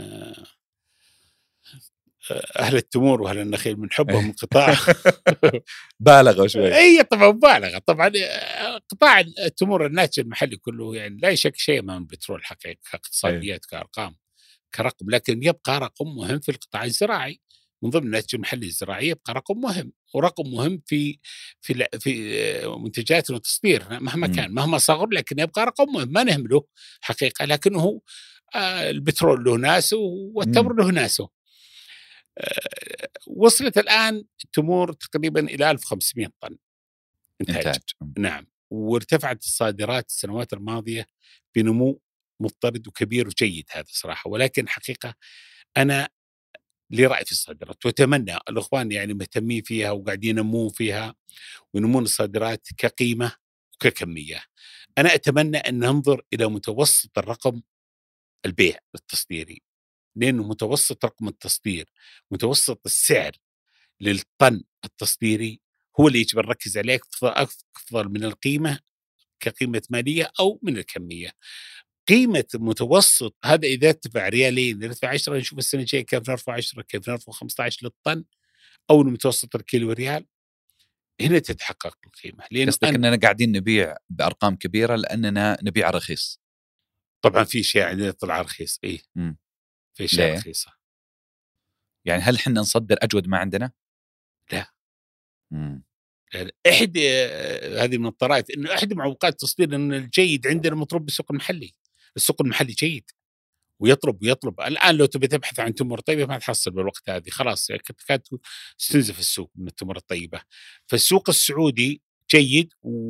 أهل التمور وأهل النخيل من حبهم القطاع بالغوا شوي. أي طبعا بالغة طبعا. قطاع التمور الناتج المحلي كله يعني لا يشك شيء من البترول حقيقة كاقتصاديات كأرقام كرقم، لكن يبقى رقم مهم في القطاع الزراعي من ضمن الناتج المحلي الزراعي، يبقى رقم مهم ورقم مهم في في في منتجات وتصدير مهما كان مهما صغر، لكن يبقى رقم مهم ما نهمله حقيقة. لكنه البترول له ناسه والتمر له ناسه. وصلت الآن التمور تقريبا إلى ألف وخمسمائة طن إنتاج. إنتاج. نعم، وارتفعت الصادرات السنوات الماضية بنمو مضطرد وكبير وجيد هذا صراحة. ولكن حقيقة أنا لي رأي في الصادرات وأتمنى الأخوان يعني مهتمين فيها وقاعدين ينمون فيها وينمون الصادرات كقيمة وككمية. أنا أتمنى أن ننظر إلى متوسط الرقم البيع التصديري، لأنه متوسط رقم التصدير متوسط السعر للطن التصديري هو اللي يجب نركز عليه أفضل من القيمة كقيمة مالية أو من الكمية. قيمة متوسط هذا إذا ارتفع ريالين نرتفع عشرة، نشوف السنة الجاية كيف نرفع عشرة كيف نرفع خمسة عشر للطن أو المتوسط الكيلو ريال، هنا تتحقق القيمة. لأن قصدك أن أننا قاعدين نبيع بأرقام كبيرة لأننا نبيع رخيص. طبعا في شيء عندنا طلع رخيص إيه م. في شيء رخيصة. يعني هل حنا نصدر أجود ما عندنا؟ لا م. يعني إحد هذه من الطرائف إنه إحد معوقات التصدير إن الجيد عندنا مطلوب بالسوق المحلي. السوق المحلي جيد ويطلب ويطلب. الآن لو تبي تبحث عن تمور طيبة ما تحصل بالوقت هذه، خلاص كانت تستنزف السوق من التمور الطيبة. فالسوق السعودي جيد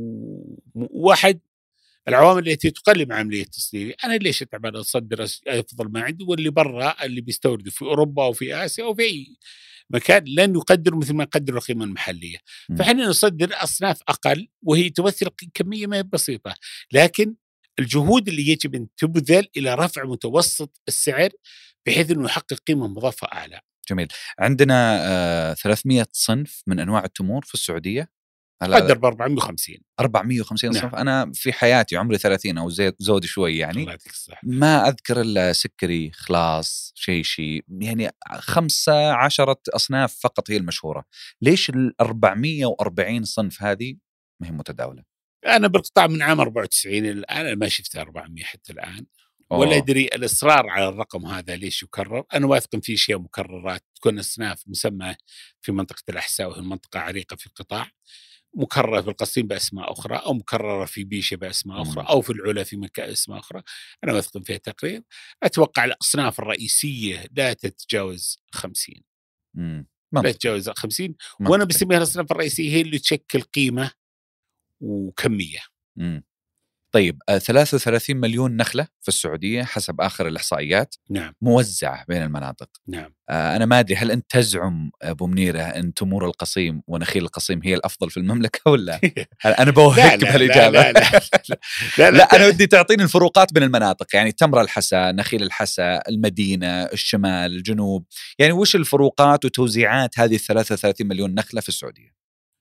وواحد العوامل التي تقلل من عملية التصدير. أنا ليش أتعب أصدر أفضل ما عندي، واللي برا اللي بيستورد في أوروبا وفي آسيا وفي أي مكان لن يقدر مثل ما يقدر القيمة المحلية. فإحنا نصدر أصناف أقل وهي تمثل كمية ما بسيطة، لكن الجهود اللي يجب أن تبذل إلى رفع متوسط السعر بحيث أنه يحقق قيمة مضافة أعلى. جميل. عندنا آه ثلاثمائة صنف من أنواع التمور في السعودية، قدر ب أربعمائة وخمسين أربعمائة وخمسين نعم. صنف. أنا في حياتي عمري ثلاثين أو زود شوي يعني ما أذكر إلا سكري، خلاص، شيء شيء يعني خمسة عشرة أصناف فقط هي المشهورة. ليش الأربعمائة وأربعين صنف هذه ما هي متداولة؟ أنا بالقطاع من عام أربعة وتسعين الآن أنا ما شفت أربعمائة حتى الآن. أوه. ولا أدري الإصرار على الرقم هذا ليش يكرر. أنا واثق في شيء مكررات تكون أصناف مسمى في منطقة الأحساء وهي منطقة عريقة في القطاع، مكررة في القصيم بأسماء أخرى أو مكررة في بيشة بأسماء أخرى أو في العلا في مكان أسماء أخرى. أنا واثق فيها تقرير. أتوقع الأصناف الرئيسية لا تتجاوز خمسين مم. لا تتجاوز خمسين منطقة. وأنا بسميها الأصناف الرئيسية هي اللي تشكل قيمة وكمية. مم. طيب آه ثلاثة وثلاثين مليون نخلة في السعودية حسب آخر الإحصائيات. نعم. موزعة بين المناطق. نعم. آه أنا ما أدري هل أنت تزعم أبو منيرة أن تمور القصيم ونخيل القصيم هي الأفضل في المملكة ولا؟ أنا بوهك بهالإجابة. لا لا, لا, لا, لا, لا, لا أنا ودي تعطيني الفروقات بين المناطق، يعني تمر الحسا، نخيل الحسا، المدينة، الشمال، الجنوب، يعني وش الفروقات وتوزيعات هذه الثلاثة وثلاثين مليون نخلة في السعودية؟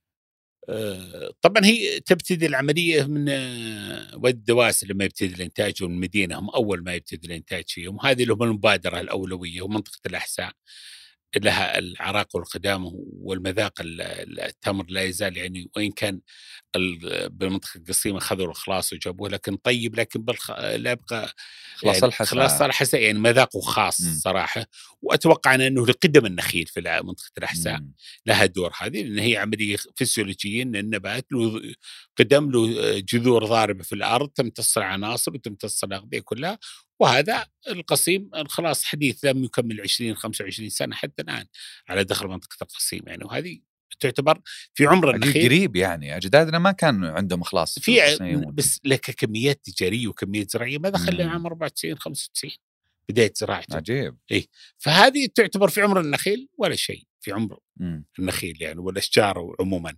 طبعا هي تبتدي العملية من ود دواسر لما يبتدي الإنتاج، والمدينة هم أول ما يبتدي الإنتاج فيهم. هذه لهم المبادرة الأولوية. ومنطقة الأحساء لها العراق والقدام والمذاق التمر لا يزال يعني، وإن كان بالمنطقة القصيمة خذوا الخلاص وجابوه لكن طيب، لكن بالخ... لا يبقى خلاص يعني الحسا خلاص الحسا يعني مذاقه خاص م. صراحة. وأتوقع أنه لقدم النخيل في منطقة الأحساء م. لها دور هذه، لأن هي عملية فسيولوجية، أن النبات له قدم له جذور ضاربة في الأرض تمتص العناصر وتمتص الأغذية كلها. وهذا القصيم خلاص حديث لم يكمل عشرين خمسة وعشرين سنة حتى الآن على دخل منطقة القصيم يعني. وهذه تعتبر في عمر النخيل قريب يعني أجدادنا ما كان عندهم خلاص في بس لك كميات تجارية وكميات زراعية ما دخل لنا عام أربعة وتسعين خمسة وتسعين بداية زراعته. عجيب. إيه، فهذه تعتبر في عمر النخيل ولا شيء. في عمر م. النخيل يعني والأشجار عموما.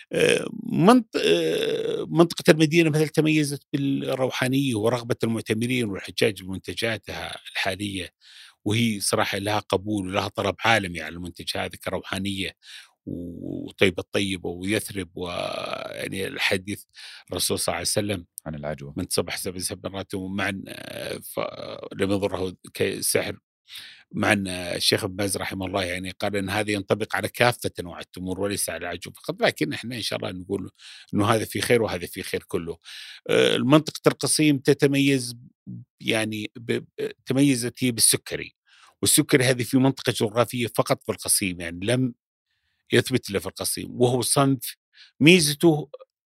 منطقة المدينة مثل تميزت بالروحانية ورغبة المعتمرين والحجاج بمنتجاتها الحالية، وهي صراحة لها قبول ولها طلب عالمي على المنتج هذا كروحانية وطيبة الطيبة ويثرب. ويعني الحديث الرسول صلى الله عليه وسلم عن العجوة من صبح سبع سبع مرات معا لم يضره كسحر، مع أن الشيخ ابن باز رحمه الله يعني قال أن هذا ينطبق على كافة أنواع التمور وليس على العجوة فقط، لكن احنا إن شاء الله نقول أنه هذا في خير وهذا في خير كله. المنطقة القصيم تتميز يعني تميزت هي بالسكري، والسكري هذه في منطقة جغرافية فقط في القصيم، يعني لم يثبت له في القصيم، وهو صنف ميزته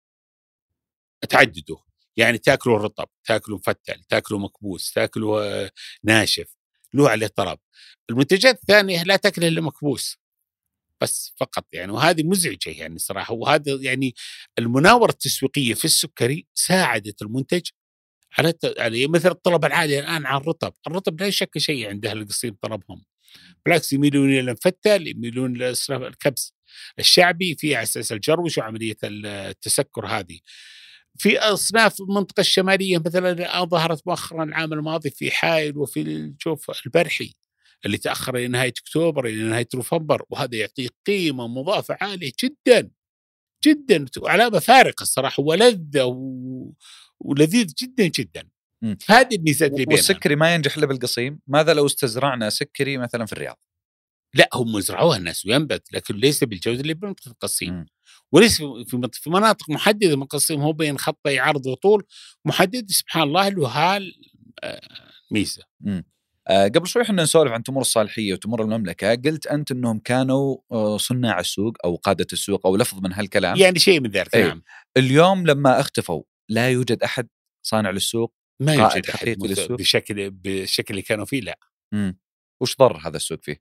تعدده، يعني تاكله رطب، تاكله مفتل، تاكله مكبوس، تاكله ناشف، له عليه طلب. المنتجات الثانية لا تاكله إلا مكبوس بس فقط يعني، وهذه مزعجة يعني صراحة. وهذا يعني المناورة التسويقية في السكري ساعدت المنتج على على مثل الطلب العالي الآن على الرطب. الرطب لا شك شيء عند أهل القصيم طلبهم، بالعكس يميلون إلى المفتل، يميلون إلى الكبس الشعبي في أساس الجروش وعملية التسكر. هذه في أصناف المنطقة الشمالية مثلا ظهرت مؤخرا العام الماضي في حائل وفي الجوف البرحي اللي تأخر إلى نهاية أكتوبر إلى نهاية نوفمبر، وهذا يعطي قيمة مضافة عالية جدا جدا وعلامة فارقة الصراحة، ولذة و... ولذيذ جدا جدا. هذه الميزات اللي بينها. والسكري ما ينجح إلا بالقصيم. ماذا لو استزرعنا سكري مثلا في الرياض؟ لا هم يزرعوها الناس وينبت، لكن ليس بالجودة اللي بمنطقة القصيم، وليس في في مناطق محددة من القصيم، هو بين خطي عرض وطول محدد. سبحان الله له هال ميزة. آه قبل شوي احنا نسولف عن تمور الصالحية وتمور المملكة، قلت أنت أنهم كانوا آه صناع السوق أو قادة السوق أو لفظ من هالكلام، يعني شيء من ذلك. نعم. اليوم لما اختفوا لا يوجد أحد صانع للسوق، ما قائد يوجد حقيقي للسوق بشكل بالشكل اللي كانوا فيه. لا. مم. وش ضر هذا السوق فيه؟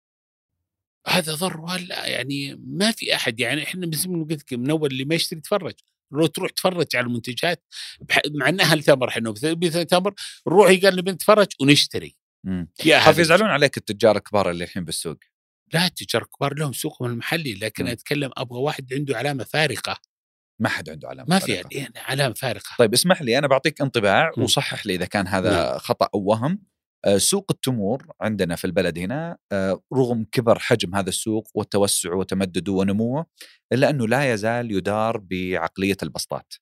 هذا ضر ولا يعني ما في أحد، يعني إحنا بنسمي قلت من أول اللي ما يشتري يتفرج، لو تروح تفرج على المنتجات مع أنها التمر، إحنا مثل تمر نروح قال نبي نتفرج ونشتري. خاف يزعلون عليك التجار الكبار اللي الحين بالسوق. لا التجار الكبار لهم سوقهم المحلي، لكن م. أتكلم أبغى واحد عنده علامة فارقة. ما حد عنده علامة ما فارقة. في يعني علامة فارقة. طيب اسمح لي أنا بعطيك انطباع م. وصحح لي إذا كان هذا م. خطأ أو وهم. سوق التمور عندنا في البلد هنا رغم كبر حجم هذا السوق والتوسع وتمدده ونموه، إلا أنه لا يزال يدار بعقلية البسطات،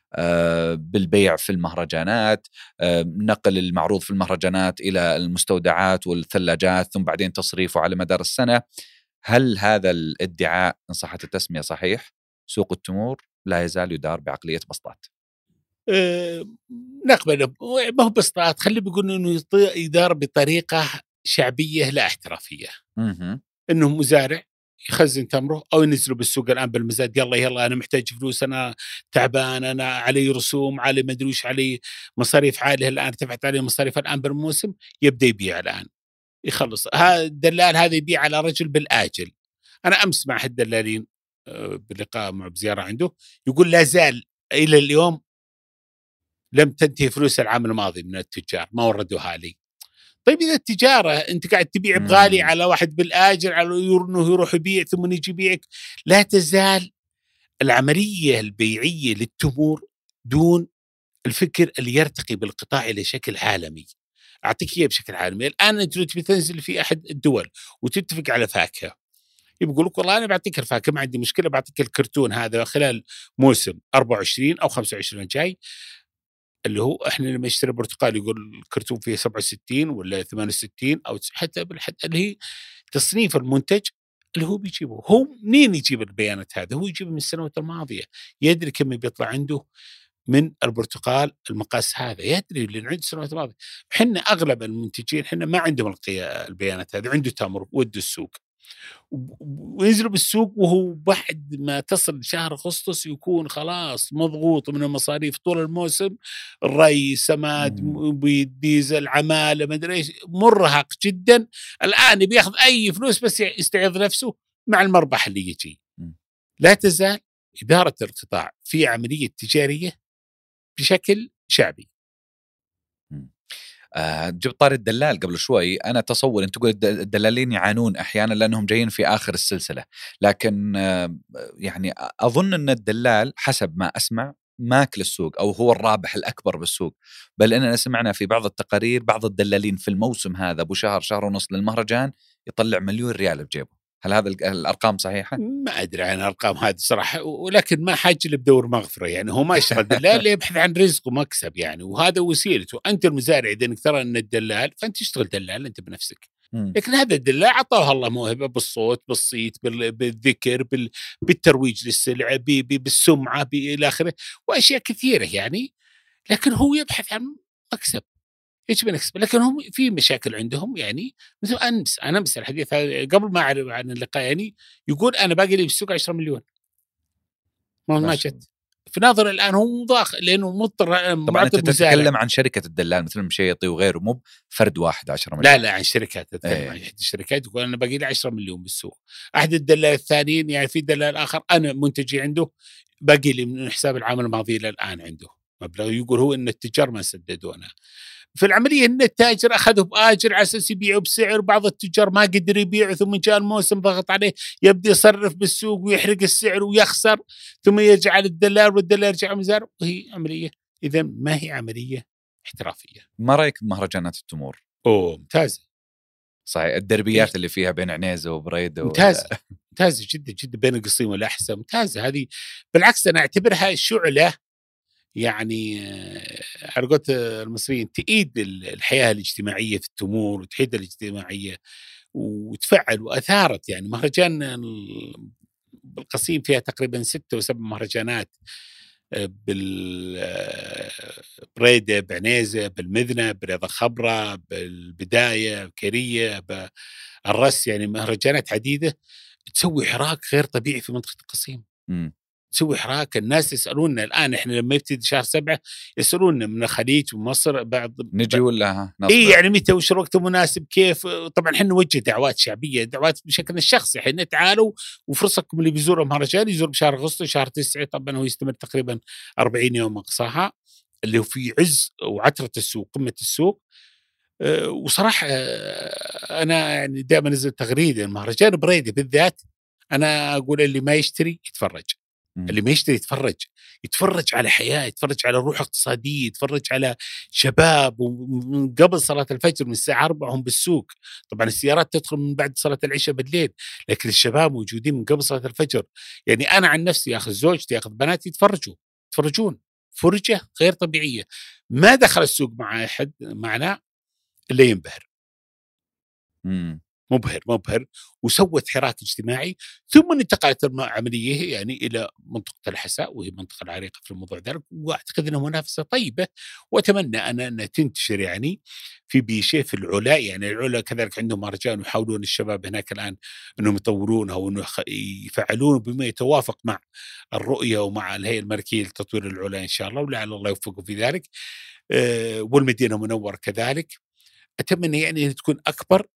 بالبيع في المهرجانات، نقل المعروض في المهرجانات إلى المستودعات والثلاجات ثم بعدين تصريفه على مدار السنة. هل هذا الادعاء إن صحت التسمية صحيح؟ سوق التمور لا يزال يدار بعقلية بسطات. أه نقبل، ما هو بسطات، خلي بيقول إنه يدار بطريقة شعبية لا احترافية. م- إنه مزارع يخزن تمره أو ينزله بالسوق الآن بالمزاد، يلا يلا أنا محتاج فلوس، أنا تعبان، أنا علي رسوم، علي ما أدري وش، علي مصاريف عالية الآن، ارتفعت عليه مصاريف الآن بالموسم، يبدأ يبيع الآن يخلص. هذا الدلال هذا يبيع على رجل بالآجل. أنا أمس مع الدلالين بلقاء مع بزيارة عنده يقول لا زال إلى اليوم لم تنتهي فلوس العام الماضي من التجار ما وردوها لي. طيب إذا التجارة أنت قاعد تبيع بغالي على واحد بالآجر، على إنه يروح يبيع ثم يجي يبيعك، لا تزال العملية البيعية للتمور دون الفكر اللي يرتقي بالقطاع إلى شكل عالمي. أعطيك إياه بشكل عالمي. الآن أنت تبي تنزل في أحد الدول وتتفق على فاكهة، يقول لك والله أنا بعطيك الفاكهة ما عندي مشكلة، بعطيك الكرتون هذا خلال موسم أربعة وعشرين أو خمسة وعشرين جاي، اللي هو احنا لما نشتري برتقال يقول الكرتون فيه سبعة وستين ولا ثمانية وستين او حتى بالحد اللي هي تصنيف المنتج اللي هو بيجيبه. هو منين يجيب البيانات هذا؟ هو يجيب من السنوات الماضيه، يدري كم بيطلع عنده من البرتقال المقاس هذا، يدري لأن عنده السنوات الماضيه. احنا اغلب المنتجين احنا ما عندهم البيانات هذه، عنده تمر ود السوق وينزلوا بالسوق وهو بعد ما تصل شهر أغسطس يكون خلاص مضغوط من المصاريف طول الموسم، الري، سماد، ديزل، عمالة، ما ادري ايش، مرهق جدا. الآن بياخذ أي فلوس بس يستعيض نفسه مع المربح اللي يجي. لا تزال إدارة القطاع في عملية تجارية بشكل شعبي. آه جبت طاري الدلال قبل شوي. أنا تصور أنت تقول الدلالين يعانون أحيانا لأنهم جايين في آخر السلسلة، لكن آه يعني أظن أن الدلال حسب ما أسمع ماكل السوق أو هو الرابح الأكبر بالسوق، بل إننا سمعنا في بعض التقارير بعض الدلالين في الموسم هذا أبو شهر شهر ونص للمهرجان يطلع مليون ريال بجيبه. هل هذا الأرقام صحيحة؟ ما أدري عن الأرقام هذه صراحة، ولكن ما حاج له بدور مغفرة، يعني هو ما يشتغل دلال يبحث عن رزق ومكسب يعني، وهذا وسيلته. أنت المزارع إذا إنك ترى أن الدلال فأنت تشتغل دلال أنت بنفسك. م. لكن هذا الدلال عطاه الله موهبة بالصوت بالصيت بالذكر بال... بالترويج للسلعة ب... ب... بالسمعة إلى آخره وأشياء كثيرة يعني، لكن هو يبحث عن مكسب ايش بنكسب. لكن هم في مشاكل عندهم يعني، مثل امس انا امس الحديث قبل ما اعرف عن اللقاء يعني يقول انا باقي لي بالسوق عشرة مليون ما ما جت في ناظر الان هو ضاخ لانه مضطر. طبعا انت تتكلم عن شركه الدلال مثل المشيطي وغيره، مو فرد واحد عشرة مليون. لا لا عن شركات تتكلم ايه. عن الشركات يقول انا باقي لي عشرة مليون بالسوق. احد الدلال الثانيين يعني في دلال اخر انا منتجي عنده باقي لي من حساب العام الماضي الى الان عنده مبلغ، يقول هو ان التجار ما سددونا. في العملية إن التاجر أخذه بآجر على أساس يبيعه بسعر، بعض التجار ما قدر يبيعه ثم جاء الموسم ضغط عليه يبدأ يصرف بالسوق ويحرق السعر ويخسر، ثم يرجع على الدلال والدلال يرجع على المزارع، وهي عملية إذا ما هي عملية احترافية. ما رأيك بمهرجانات التمور؟ أوه ممتازة صحيح، الدربيات إيه؟ اللي فيها بين عنيزة وبريدة ممتازة و... ممتازة جدا جدا، بين القصيم والأحساء ممتازة. هذه بالعكس أنا أعتبرها شعلة يعني على قولة المصريين تأيد الحياة الاجتماعية في التمور وتحيد الاجتماعية وتفعل وأثارت يعني. مهرجان بالقصيم فيها تقريبا ستة وسبع مهرجانات، بالبريدة بعنيزة بالمذنة برياض خبرة بالبداية بكيرية بالرس، يعني مهرجانات عديدة تسوي حراك غير طبيعي في منطقة القصيم. م. تسوي حراك. الناس يسألوننا الآن إحنا لما يبتدي شهر سبعة يسألوننا من الخليج ومصر بعد نجي ولا نصبر إيه يعني متى وش الوقت المناسب كيف. طبعا إحنا نوجه دعوات شعبية دعوات بشكل الشخصي، إحنا تعالوا وفرصكم اللي بيزور المهرجان يزور بشهر أغسطس شهر تسعة. طبعا هو يستمر تقريبا أربعين يوم أقصاها اللي هو في عز وعترة السوق قمة السوق. أه وصراحة أه أنا يعني دائما نزل تغريدة المهرجان بريدة بالذات، أنا أقول اللي ما يشتري يتفرج، اللي ما يشتري يتفرج يتفرج على حياة، يتفرج على روح اقتصادية، يتفرج على شباب ومن قبل صلاة الفجر من الساعة أربعة هم بالسوق. طبعا السيارات تدخل من بعد صلاة العشاء بالليل، لكن الشباب موجودين من قبل صلاة الفجر. يعني أنا عن نفسي أخذ زوجتي أخذ بناتي يتفرجوا يتفرجون فرجة غير طبيعية. ما دخل السوق مع أحد معنا إلا ينبهر. مم. مبهر مبهر وسوت حراك اجتماعي. ثم انتقلت العملية يعني إلى منطقة الحساء وهي منطقة العريقة في الموضوع ذلك، وأعتقد أنها منافسة طيبة وأتمنى أنا أن تنتشر يعني في بيشة في العلا. يعني العلا كذلك عندهم مهرجان ويحاولون الشباب هناك الآن أنهم يطورونه وأنه يفعلون بما يتوافق مع الرؤية ومع الهيئة الملكية لتطوير العلا إن شاء الله، ولعل الله يوفقهم في ذلك. أه والمدينة منور كذلك أتمنى يعني أن تكون أكبر.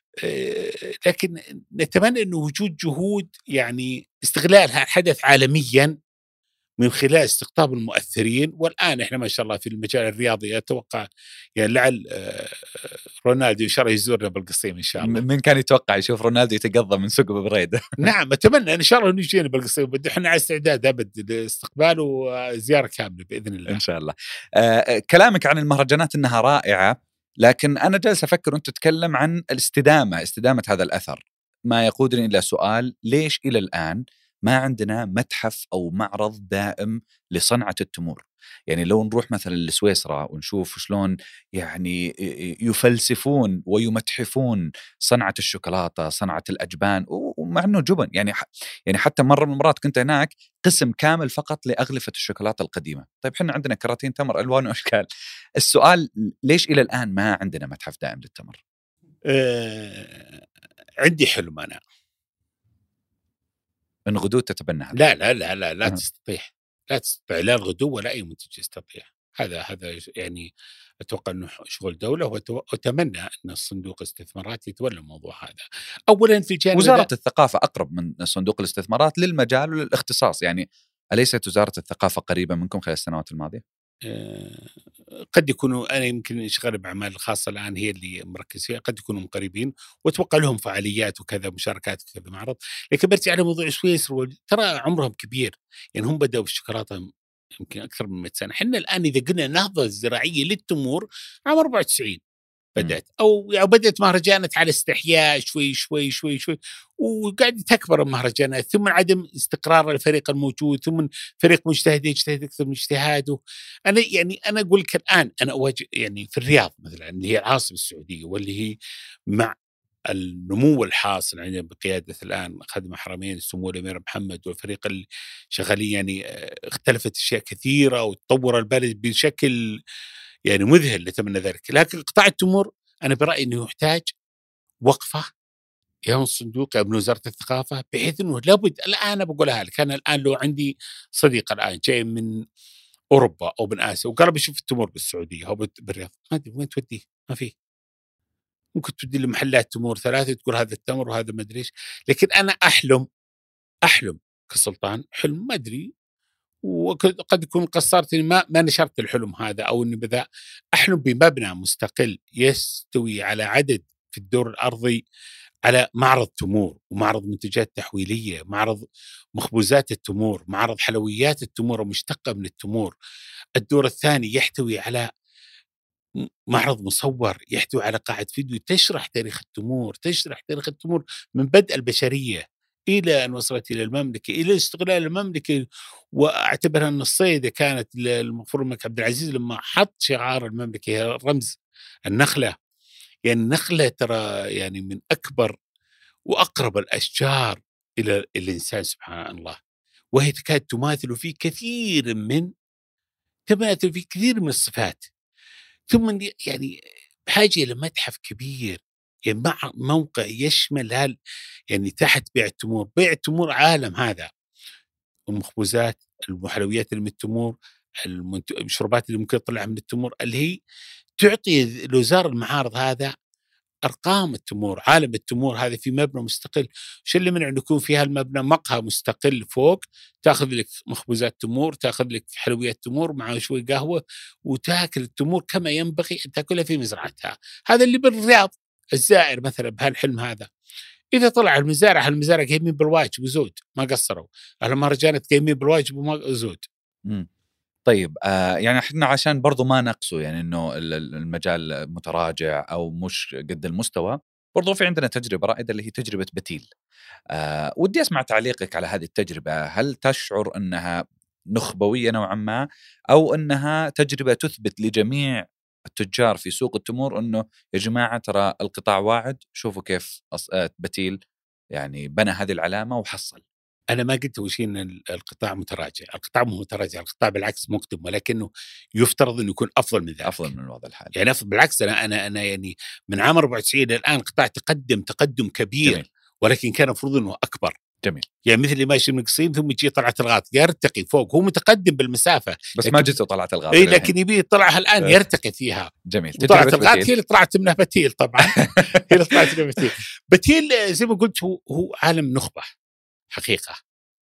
لكن نتمنى أنه وجود جهود يعني استغلال الحدث عالميا من خلال استقطاب المؤثرين. والآن إحنا ما شاء الله في المجال الرياضي أتوقع يعني لعل رونالدو إن شاء الله يزورنا بالقصيم إن شاء الله. من كان يتوقع يشوف رونالدو يتقضى من سوق ببريدة؟ نعم أتمنى إن شاء الله إنه يجينا بالقصيم، بدي إحنا على استعداد أبد لاستقبال وزيارة كاملة بإذن الله إن شاء الله. آه كلامك عن المهرجانات إنها رائعة، لكن أنا جالس أفكر وأنت تتكلم عن الاستدامة استدامة هذا الأثر، ما يقودني إلى سؤال: ليش إلى الآن ما عندنا متحف أو معرض دائم لصنعة التمور؟ يعني لو نروح مثلا لسويسرا ونشوف شلون يعني يفلسفون ويمتحفون صنعة الشوكولاتة صنعة الأجبان، ومع أنه جبن يعني يعني حتى مرة من المرات كنت هناك قسم كامل فقط لأغلفة الشوكولاتة القديمة. طيب حنا عندنا كراتين تمر ألوان وأشكال. السؤال: ليش إلى الآن ما عندنا متحف دائم للتمر؟ أه عندي حلم أنا إن غدو تتبنى هذا. لا لا لا لا لا أه. تستطيع لا تستطيع لا الغدو ولا أي منتج يستطيع هذا. هذا يعني أتوقع أنه شغل دولة، وأتمنى أن الصندوق الاستثمارات يتولى الموضوع هذا. أولا في جانب وزارة الثقافة أقرب من صندوق الاستثمارات للمجال وللاختصاص، يعني أليست وزارة الثقافة قريبة منكم خلال السنوات الماضية؟ قد يكونوا، أنا يمكن شغال بأعمال الخاصة الآن هي اللي مركز فيها، قد يكونوا قريبين وأتوقع لهم فعاليات وكذا، مشاركات وكذا معرض. لكن برجع على موضوع سويسرا، ترى عمرهم كبير، يعني هم بدأوا بالشوكولاتة يمكن أكثر من مئة سنة. حنا الآن إذا قلنا النهضة الزراعية للتمور عام أربعة وتسعين بدأت، أو يعني بدأت مهرجانات على استحياء شوي شوي شوي شوي، وقاعد تكبر المهرجانات، ثم عدم استقرار الفريق الموجود، ثم فريق مجتهد يجتهد أكثر من اجتهاده. أنا يعني أنا أقول لك الآن أنا أواجه يعني في الرياض مثلا اللي هي العاصمة السعودية، واللي هي مع النمو الحاصل عندنا بقيادة الآن خادم الحرمين سمو الأمير محمد والفريق اللي شغالين، يعني اختلفت أشياء كثيرة وتطور البلد بشكل يعني مذهل، نتمنى ذلك. لكن قطاع التمور أنا برأيي أنه يحتاج وقفة يا من الصندوق يا من وزارة الثقافة، بحيث أنه لابد الآن بقولها لك، أنا الآن لو عندي صديق الآن جاي من أوروبا أو من آسيا وقال بشوف التمور بالسعودية أو بالرياض، ما أدري وين توديه، ما فيه. ممكن تودي لي محلات تمور ثلاثة تقول هذا التمر وهذا ما أدري إيش، لكن أنا أحلم أحلم كسلطان حلم ما أدري، وقد يكون قصرت ما ما نشرت الحلم هذا، أو إني بذا أحلم بمبنى مستقل يستوي على عدد في الدور الأرضي على معرض تمور ومعرض منتجات تحويلية، معرض مخبوزات التمور، معرض حلويات التمور ومشتقة من التمور. الدور الثاني يحتوي على معرض مصور، يحتوي على قاعة فيديو تشرح تاريخ التمور، تشرح تاريخ التمور من بدء البشرية إلى أن وصلت إلى المملكة، إلى استغلال المملكة. وأعتبرها أن الصيدة كانت المغفور الملك عبد العزيز لما حط شعار المملكة رمز النخلة، يعني النخلة ترى يعني من أكبر وأقرب الأشجار إلى الإنسان سبحان الله، وهي تكاد تماثل في كثير من تماثل في كثير من الصفات. ثم يعني بحاجة إلى متحف كبير، يعني مع موقع يشمل هال يعني تحت بيع التمور، بيع التمور عالم هذا، المخبوزات، الحلويات اللي من التمور، المشروبات اللي ممكن تطلع من التمور، اللي هي تعطي لوزارة المعارض هذا أرقام التمور، عالم التمور هذا في مبنى مستقل. شو اللي منع أن يكون فيها المبنى مقهى مستقل فوق، تأخذ لك مخبوزات تمور، تأخذ لك حلويات تمور مع شوي قهوة، وتأكل التمور كما ينبغي أن تأكلها في مزرعتها. هذا اللي بالرياض الزائر مثلا بهالحلم هذا، إذا طلع المزارع، المزارع قايمين بالواجب وزود ما قصروا، المهرجانات قايمين بالواجب وزود. امم طيب آه يعني احنا عشان برضو ما نقصوا يعني انه المجال متراجع او مش قد المستوى، برضو في عندنا تجربة رائدة اللي هي تجربة بتيل. آه ودي اسمع تعليقك على هذه التجربة. هل تشعر انها نخبوية نوعا ما، او انها تجربة تثبت لجميع التجار في سوق التمور انه يا جماعة ترى القطاع واعد، شوفوا كيف بتيل يعني بنى هذه العلامة وحصل؟ أنا ما قلت وش إن القطاع متراجع، القطاع مو متراجع، القطاع بالعكس مقدم، ولكنه يفترض إنه يكون أفضل من ذلك، أفضل من الوضع الحالي. يعني أفضل بالعكس. أنا أنا أنا يعني من عام أربعة وتسعين الآن القطاع تقدم تقدم كبير. جميل. ولكن كان المفروض إنه أكبر. جميل. يعني مثل اللي ماشي من القصيم ثم يجي طلعة الغاط يرتقي فوق، هو متقدم بالمسافة بس ما جت طلعة الغاط. إيه لكن يبي يطلعها الآن يرتقي فيها. جميل. طلعة الغاط هي اللي طلعت منها بتيل طبعا. هي اللي طلعت منها بتيل. بتيل زي ما قلت هو هو عالم نخبة حقيقة،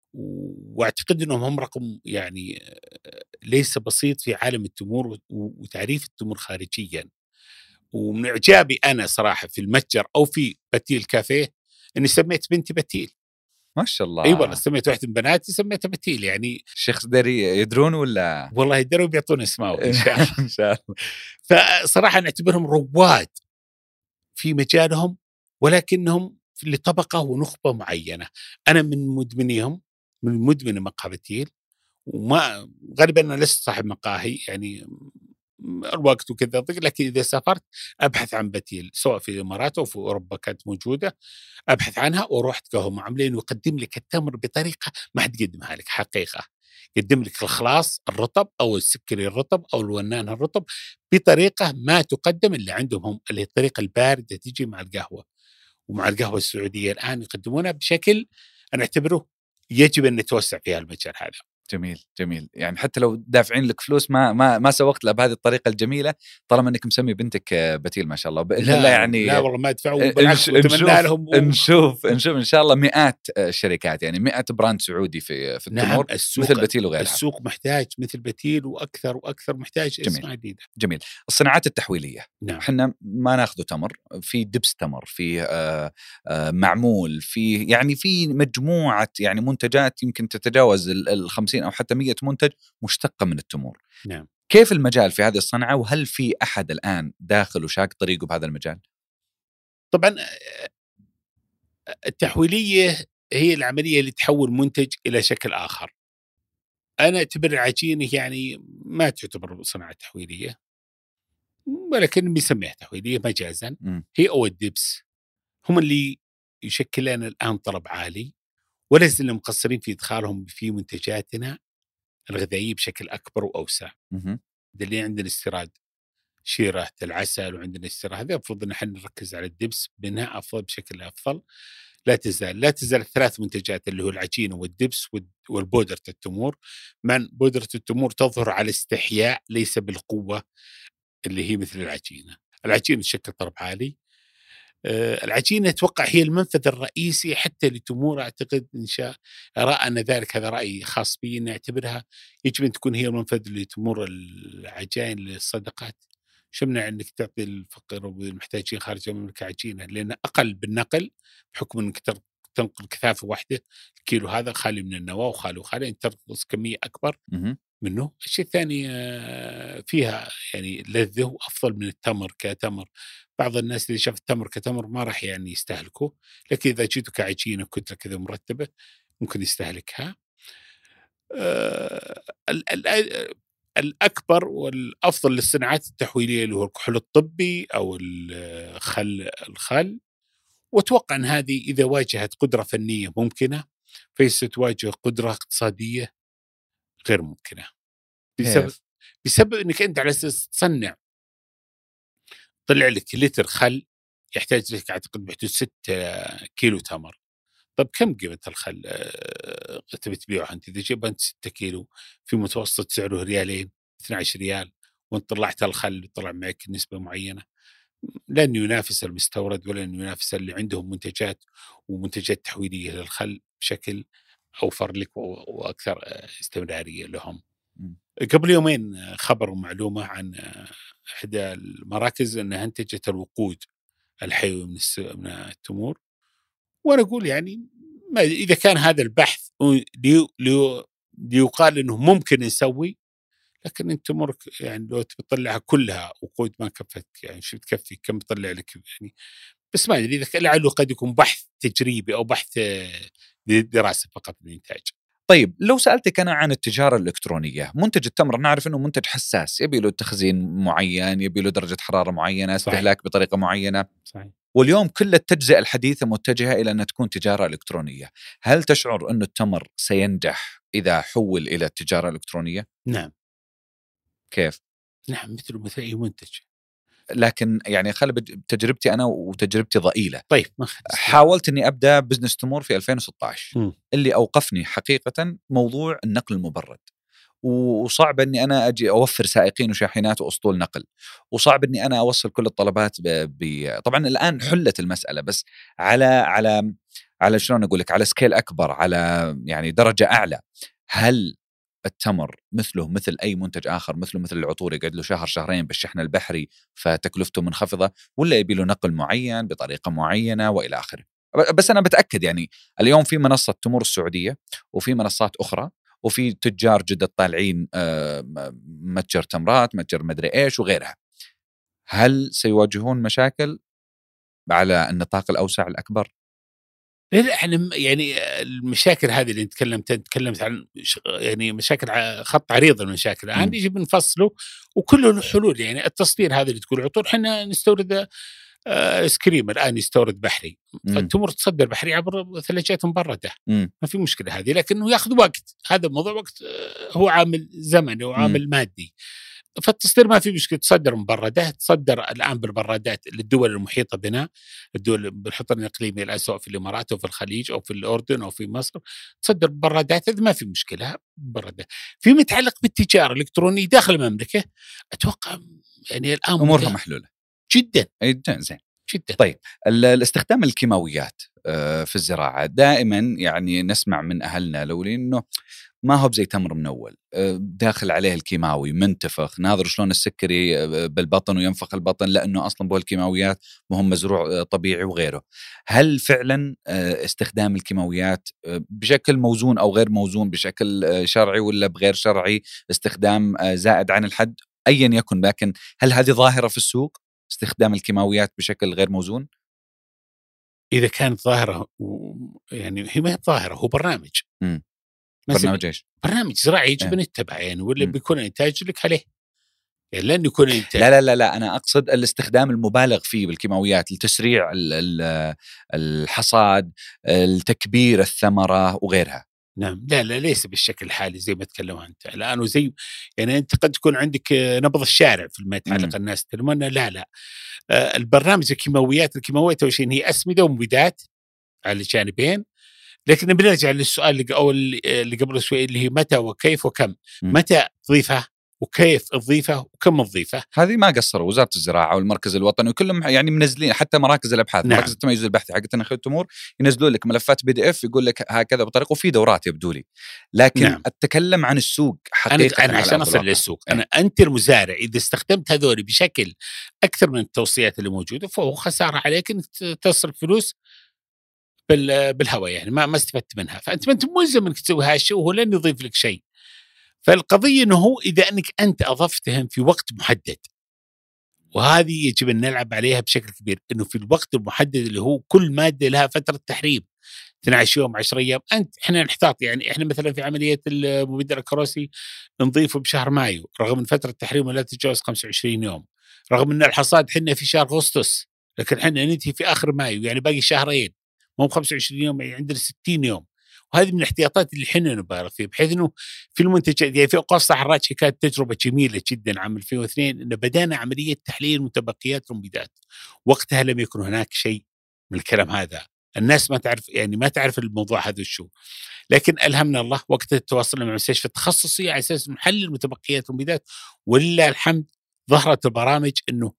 واعتقد انهم هم رقم يعني ليس بسيط في عالم التمور وتعريف التمور خارجيا. ومن اعجابي انا صراحه في المتجر او في بتيل كافيه اني سميت بنتي بتيل. ما شاء الله. اي والله سميت واحده من بناتي سميتها بتيل. يعني الشيخ داري يدرون ولا؟ والله يدرون بيعطون اسمه ان شاء الله. ان شاء الله. فصراحه نعتبرهم رواد في مجالهم، ولكنهم لطبقه ونخبه معينه. انا من مدمنيهم، من مدمن مقهى بتيل، وما غالبا انا لست صاحب مقاهي يعني الوقت وكذا ضيق، لكن اذا سافرت ابحث عن بتيل سواء في الامارات او في اوروبا كانت موجوده، ابحث عنها واروح تلقاهم عاملين ويقدم لك التمر بطريقه ما حد يقدمها لك حقيقه. يقدم لك الخلاص الرطب او السكري الرطب او الونان الرطب بطريقه ما تقدم اللي عندهم هم، اللي هي الطريقه البارده تجي مع القهوه. ومع القهوه السعوديه الان يقدمونها بشكل انا اعتبره يجب ان نتوسع في المجال هذا. جميل جميل، يعني حتى لو دافعين لك فلوس ما ما ما سوقت له بهذه الطريقه الجميله، طالما انك مسمي بنتك بتيل ما شاء الله باذن الله. يعني لا والله ما ادفعوا، بالعكس اتمنى لهم. نشوف نشوف ان شاء الله مئات شركات، يعني مئة براند سعودي في في التمور. نعم، السوق مثل بتيل وغيرها. السوق محتاج مثل بتيل واكثر واكثر، محتاج اسماء جديده. جميل. الصناعات التحويليه، نعم. احنا ما ناخذ تمر، في دبس تمر، في آآ آآ معمول، في يعني في مجموعه يعني منتجات يمكن تتجاوز ال خمسين او حتى مئة منتج مشتقه من التمور. نعم. كيف المجال في هذه الصنعه، وهل في احد الان داخل وشاق طريقه بهذا المجال؟ طبعا التحويليه هي العمليه اللي تحول منتج الى شكل اخر. انا اعتبر العجينه يعني ما تعتبر صناعه تحويليه، ولكن بنسميها تحويليه مجازا. م. هي او الدبس هم اللي يشكلون الان طلب عالي، ولا زلنا مقصرين في ادخالهم في منتجاتنا الغذائيه بشكل اكبر واوسع. اللي عندنا استيراد شيرة العسل، وعندنا استيراد، هذا المفروض ان احنا نركز على الدبس بناء افضل بشكل افضل. لا تزال لا تزال الثلاث منتجات اللي هو العجينه والدبس والبودره التمور. من بودره التمور تظهر على استحياء، ليس بالقوه اللي هي مثل العجينه. العجينه تشكل طلب عالي. أه العجينه اتوقع هي المنفذ الرئيسي حتى لتمور. اعتقد ان شاء ارى ان ذلك، هذا راي خاص بي، نعتبرها يجب ان تكون هي المنفذ لتمور العجائن للصدقات. شمنا انك تعطي الفقير والمحتاجين خارج المملكه عجينه، لان اقل بالنقل بحكم انك تنقل كثافه واحده. الكيلو هذا خالي من النواه وخالي وخالي، انت تنقص كميه اكبر منه. الشيء الثاني فيها يعني لذه وافضل من التمر كتمر. بعض الناس اللي شاف التمر كتمر ما راح يعني يستهلكه، لكن اذا جيته كعجينه كتله كذا مرتبه ممكن يستهلكها. أه الأكبر والأفضل للصناعات التحويلية اللي هو الكحول الطبي أو الخل الخل وأتوقع أن هذه إذا واجهت قدرة فنية ممكنة، فستواجه قدرة اقتصادية غير ممكنة. بسبب, بسبب أنك أنت على أساس تصنع، طلع لك لتر خل يحتاج لك أعتقد بحدود ستة كيلو تمر. طب كم قيمة الخل أه تبي تبيعه أنت؟ إذا جيب أنت ستة كيلو في متوسط سعره ريالين، اثني عشر ريال، وانت طلعت الخل طلع معك نسبة معينة، لن ينافس المستورد ولا ينافس اللي عندهم منتجات ومنتجات تحويلية للخل بشكل أوفر لك وأكثر استمرارية لهم. م. قبل يومين خبر ومعلومة عن إحدى المراكز أنها انتجت الوقود الحيوي من من التمور. وأنا أقول يعني ما إذا كان هذا البحث ليقال أنه ممكن نسوي، لكن أنت مرك يعني لو تطلعها كلها وقود ما كفت، يعني شو بتكفي؟ كم بتطلع لك يعني؟ بس ما أدري، إذا لعله قد يكون بحث تجريبي أو بحث دراسة فقط للإنتاج. طيب لو سألتك أنا عن التجارة الإلكترونية، منتج التمر نعرف أنه منتج حساس، يبي له تخزين معين، يبي له درجة حرارة معينة، استهلاك بطريقة معينة. صحيح. واليوم كل التجزئة الحديثة متجهة إلى أن تكون تجارة إلكترونية. هل تشعر أن التمر سينجح إذا حول إلى التجارة الإلكترونية؟ نعم. كيف؟ نعم، مثل مثل أي منتج. لكن يعني خلي بتجربتي أنا وتجربتي ضئيلة. طيب. حاولت أني أبدأ بزنس تمور في ألفين وستة عشر. م. اللي أوقفني حقيقة موضوع النقل المبرد، وصعب أني أنا أجي أوفر سائقين وشاحنات وأسطول نقل، وصعب أني أنا أوصل كل الطلبات ب... ب... طبعا الآن حلت المسألة، بس على على على شلون أقول لك، على سكيل أكبر، على يعني درجة أعلى. هل التمر مثله مثل أي منتج آخر، مثله مثل العطور يقعد له شهر شهرين بالشحن البحري فتكلفته منخفضة، ولا يبي له نقل معين بطريقة معينة وإلى آخره؟ بس أنا بتأكد يعني اليوم في منصة تمور السعودية وفي منصات أخرى وفي تجار جدد طالعين متجر تمرات، متجر مدري إيش وغيرها. هل سيواجهون مشاكل على النطاق الأوسع الأكبر؟ لا احنا يعني المشاكل هذه اللي تكلمت تكلمت عن يعني مشاكل خط عريض المشاكل الان يجب نفصله وكله له حلول. يعني التصدير هذا اللي تقول عطور، احنا نستورد ايس كريم الان يستورد بحري، فالتمر تصدر بحري عبر ثلاجات مبرده، مم. ما في مشكله هذه، لكنه ياخذ وقت. هذا الموضوع وقت هو عامل زمني وعامل مم. مادي. فالتصدير ما في مشكله، تصدر مبردات، تصدر الان بالبرادات للدول المحيطه بنا، الدول بالحيطه الاقليميه الان سواء في الامارات او في الخليج او في الاردن او في مصر، تصدر برادات، هذا ما في مشكله برادات. في متعلق بالتجاره الالكترونيه داخل المملكه، اتوقع يعني الان امورها محلوله جدا زين جدا. طيب الاستخدام الكيماويات في الزراعه دائما يعني نسمع من اهلنا لو انه ما هو بزي تمر منول، داخل عليه الكيماوي منتفخ، ناظر شلون السكري بالبطن وينفخ البطن لانه اصلا به الكيماويات وهم مزروع طبيعي وغيره. هل فعلا استخدام الكيماويات بشكل موزون او غير موزون، بشكل شرعي ولا بغير شرعي، استخدام زائد عن الحد ايا يكن، لكن هل هذه ظاهره في السوق استخدام الكيماويات بشكل غير موزون؟ إذا كانت ظاهرة يعني هي ما هي ظاهرة، هو برنامج. م. برنامج إيش؟ برنامج زراعي يجب أن يتبع يعني، ولا م. بيكون إنتاج لك عليه يعني، لن يكون إنتاج. لا لا لا لا أنا أقصد الاستخدام المبالغ فيه بالكيماويات لتسريع الحصاد، التكبير الثمرة وغيرها. نعم لا لا ليس بالشكل الحالي زي ما تكلم أنت الآن، وزي يعني أنت قد تكون عندك نبض الشارع في ما يتعلق الناس تلمون. لا لا آه البرنامج الكيماويات الكيماويات أول شيء هي أسمدة ومبيدات على الجانبين، لكن بنرجع للسؤال اللي أو اللي قبل شوي اللي هي متى وكيف وكم. م. متى تضيفها وكيف تضيفها وكم تضيفها، هذه ما قصروا وزارة الزراعة والمركز الوطني وكلهم يعني منزلين، حتى مراكز الأبحاث. نعم. مراكز التميز البحثي حق تنمية التمور ينزلوا لك ملفات بي دي اف يقول لك هكذا بطريقة، وفي دورات يبدو لي. لكن نعم. أتكلم عن السوق حقيقة. أنا, أنا عشان أصل للسوق أنا أنت المزارع إذا استخدمت هذول بشكل أكثر من التوصيات اللي موجودة فهو خسارة عليك إنك تصرف فلوس بالهواء يعني ما ما استفدت منها، فأنت ما أنت ملزم إنك تسوي هالشيء وهو لن يضيف لك شيء. فالقضية إنه هو إذا أنك أنت أضفتهم في وقت محدد، وهذه يجب أن نلعب عليها بشكل كبير، إنه في الوقت المحدد اللي هو كل مادة لها فترة تحريم اثني عشر يوم عشرة أيام. أنت إحنا نحتاط يعني إحنا مثلا في عملية المبيد الكروسي نضيفه بشهر مايو رغم أن فترة تحريمه لا تتجاوز خمسة وعشرين يوم، رغم أن الحصاد حنا في شهر أغسطس لكن حنا ننتهي في آخر مايو يعني باقي شهرين، مو خمسة وعشرين يوم يعني عندنا ستين يوم. وهذه من الاحتياطات اللي حنا نبالغ فيه، بحيث انه في المنتجات يعني في اوقاف صحراء كانت تجربه جميله جدا عام ألفين واثنين ان بدانا عمليه تحليل متبقيات المبيدات. وقتها لم يكن هناك شيء من الكلام هذا، الناس ما تعرف يعني ما تعرف الموضوع هذا شو، لكن الهمنا الله وقتها تواصلنا مع المستشفى التخصصي على اساس نحلل متبقيات المبيدات، ولله الحمد ظهرت البرامج انه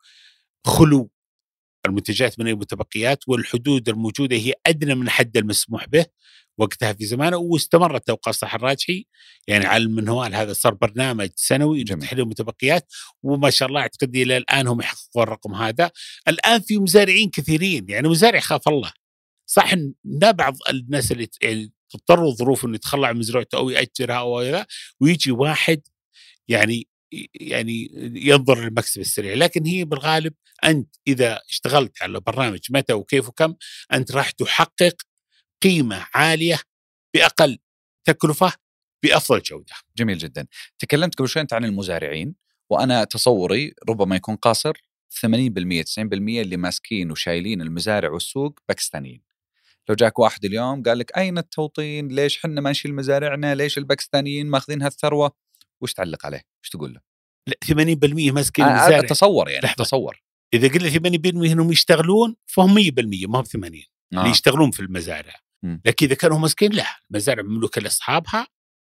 خلو المنتجات من المتبقيات والحدود الموجوده هي ادنى من الحد المسموح به وقتها في زمانه، واستمرت توقع صح الراجحي يعني على المنوال هذا صار برنامج سنوي لتحليل المتبقيات، وما شاء الله اعتقد الى الان هم يحققون الرقم هذا. الان في مزارعين كثيرين يعني مزارع خاف الله صح ان بعض الناس اللي يعني تضطروا ظروف انه يتخلى عن مزرعته او ياجرها او لا، ويجي واحد يعني يعني ينظر للمكسب السريع، لكن هي بالغالب انت اذا اشتغلت على برنامج متى وكيف وكم انت راح تحقق قيمة عالية بأقل تكلفة بأفضل جودة. جميل جدا. تكلمت قبل شوي أنت عن المزارعين، وأنا تصوري ربما يكون قاصر، ثمانين بالمئة تسعين بالمئة اللي ماسكين وشايلين المزارع والسوق باكستانيين. لو جاك واحد اليوم قال لك أين التوطين، ليش حنا ما نشيل مزارعنا، ليش الباكستانيين ماخذين هالثروة، وش تعلق عليه؟ وش تقول له؟ لا ثمانين بالمئة ماسكين المزارع. تصور يعني لحظة. تصور إذا قلنا ثمانين بالمئة هم يشتغلون فهم مية بالمئة ما هم ثمانين آه. اللي يشتغلون في المزارع. لكن إذا كانوا مسكين لا، المزارع مملوكة لأصحابها،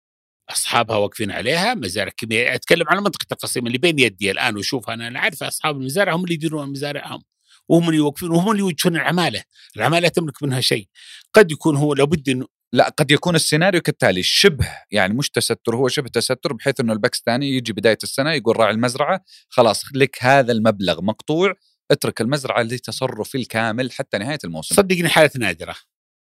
أصحابها واقفين عليها، مزارع كبيرة. أتكلم عن منطقة القصيم اللي بين يدي الآن وشوفها أنا عارف أصحاب المزارع هم اللي يديرون مزارعهم وهم اللي يوقفون وهم اللي يوجهون العمالة. العمالة تملك منها شيء. قد يكون هو لابد إنه لا، قد يكون السيناريو كالتالي شبه يعني مش تستر، هو شبه تستر، بحيث إنه الباكستاني يجي بداية السنة يقول راعي المزرعة خلاص لك هذا المبلغ مقطوع، اترك المزرعة لتصرف الكامل حتى نهاية الموسم. صدقني حالة نادرة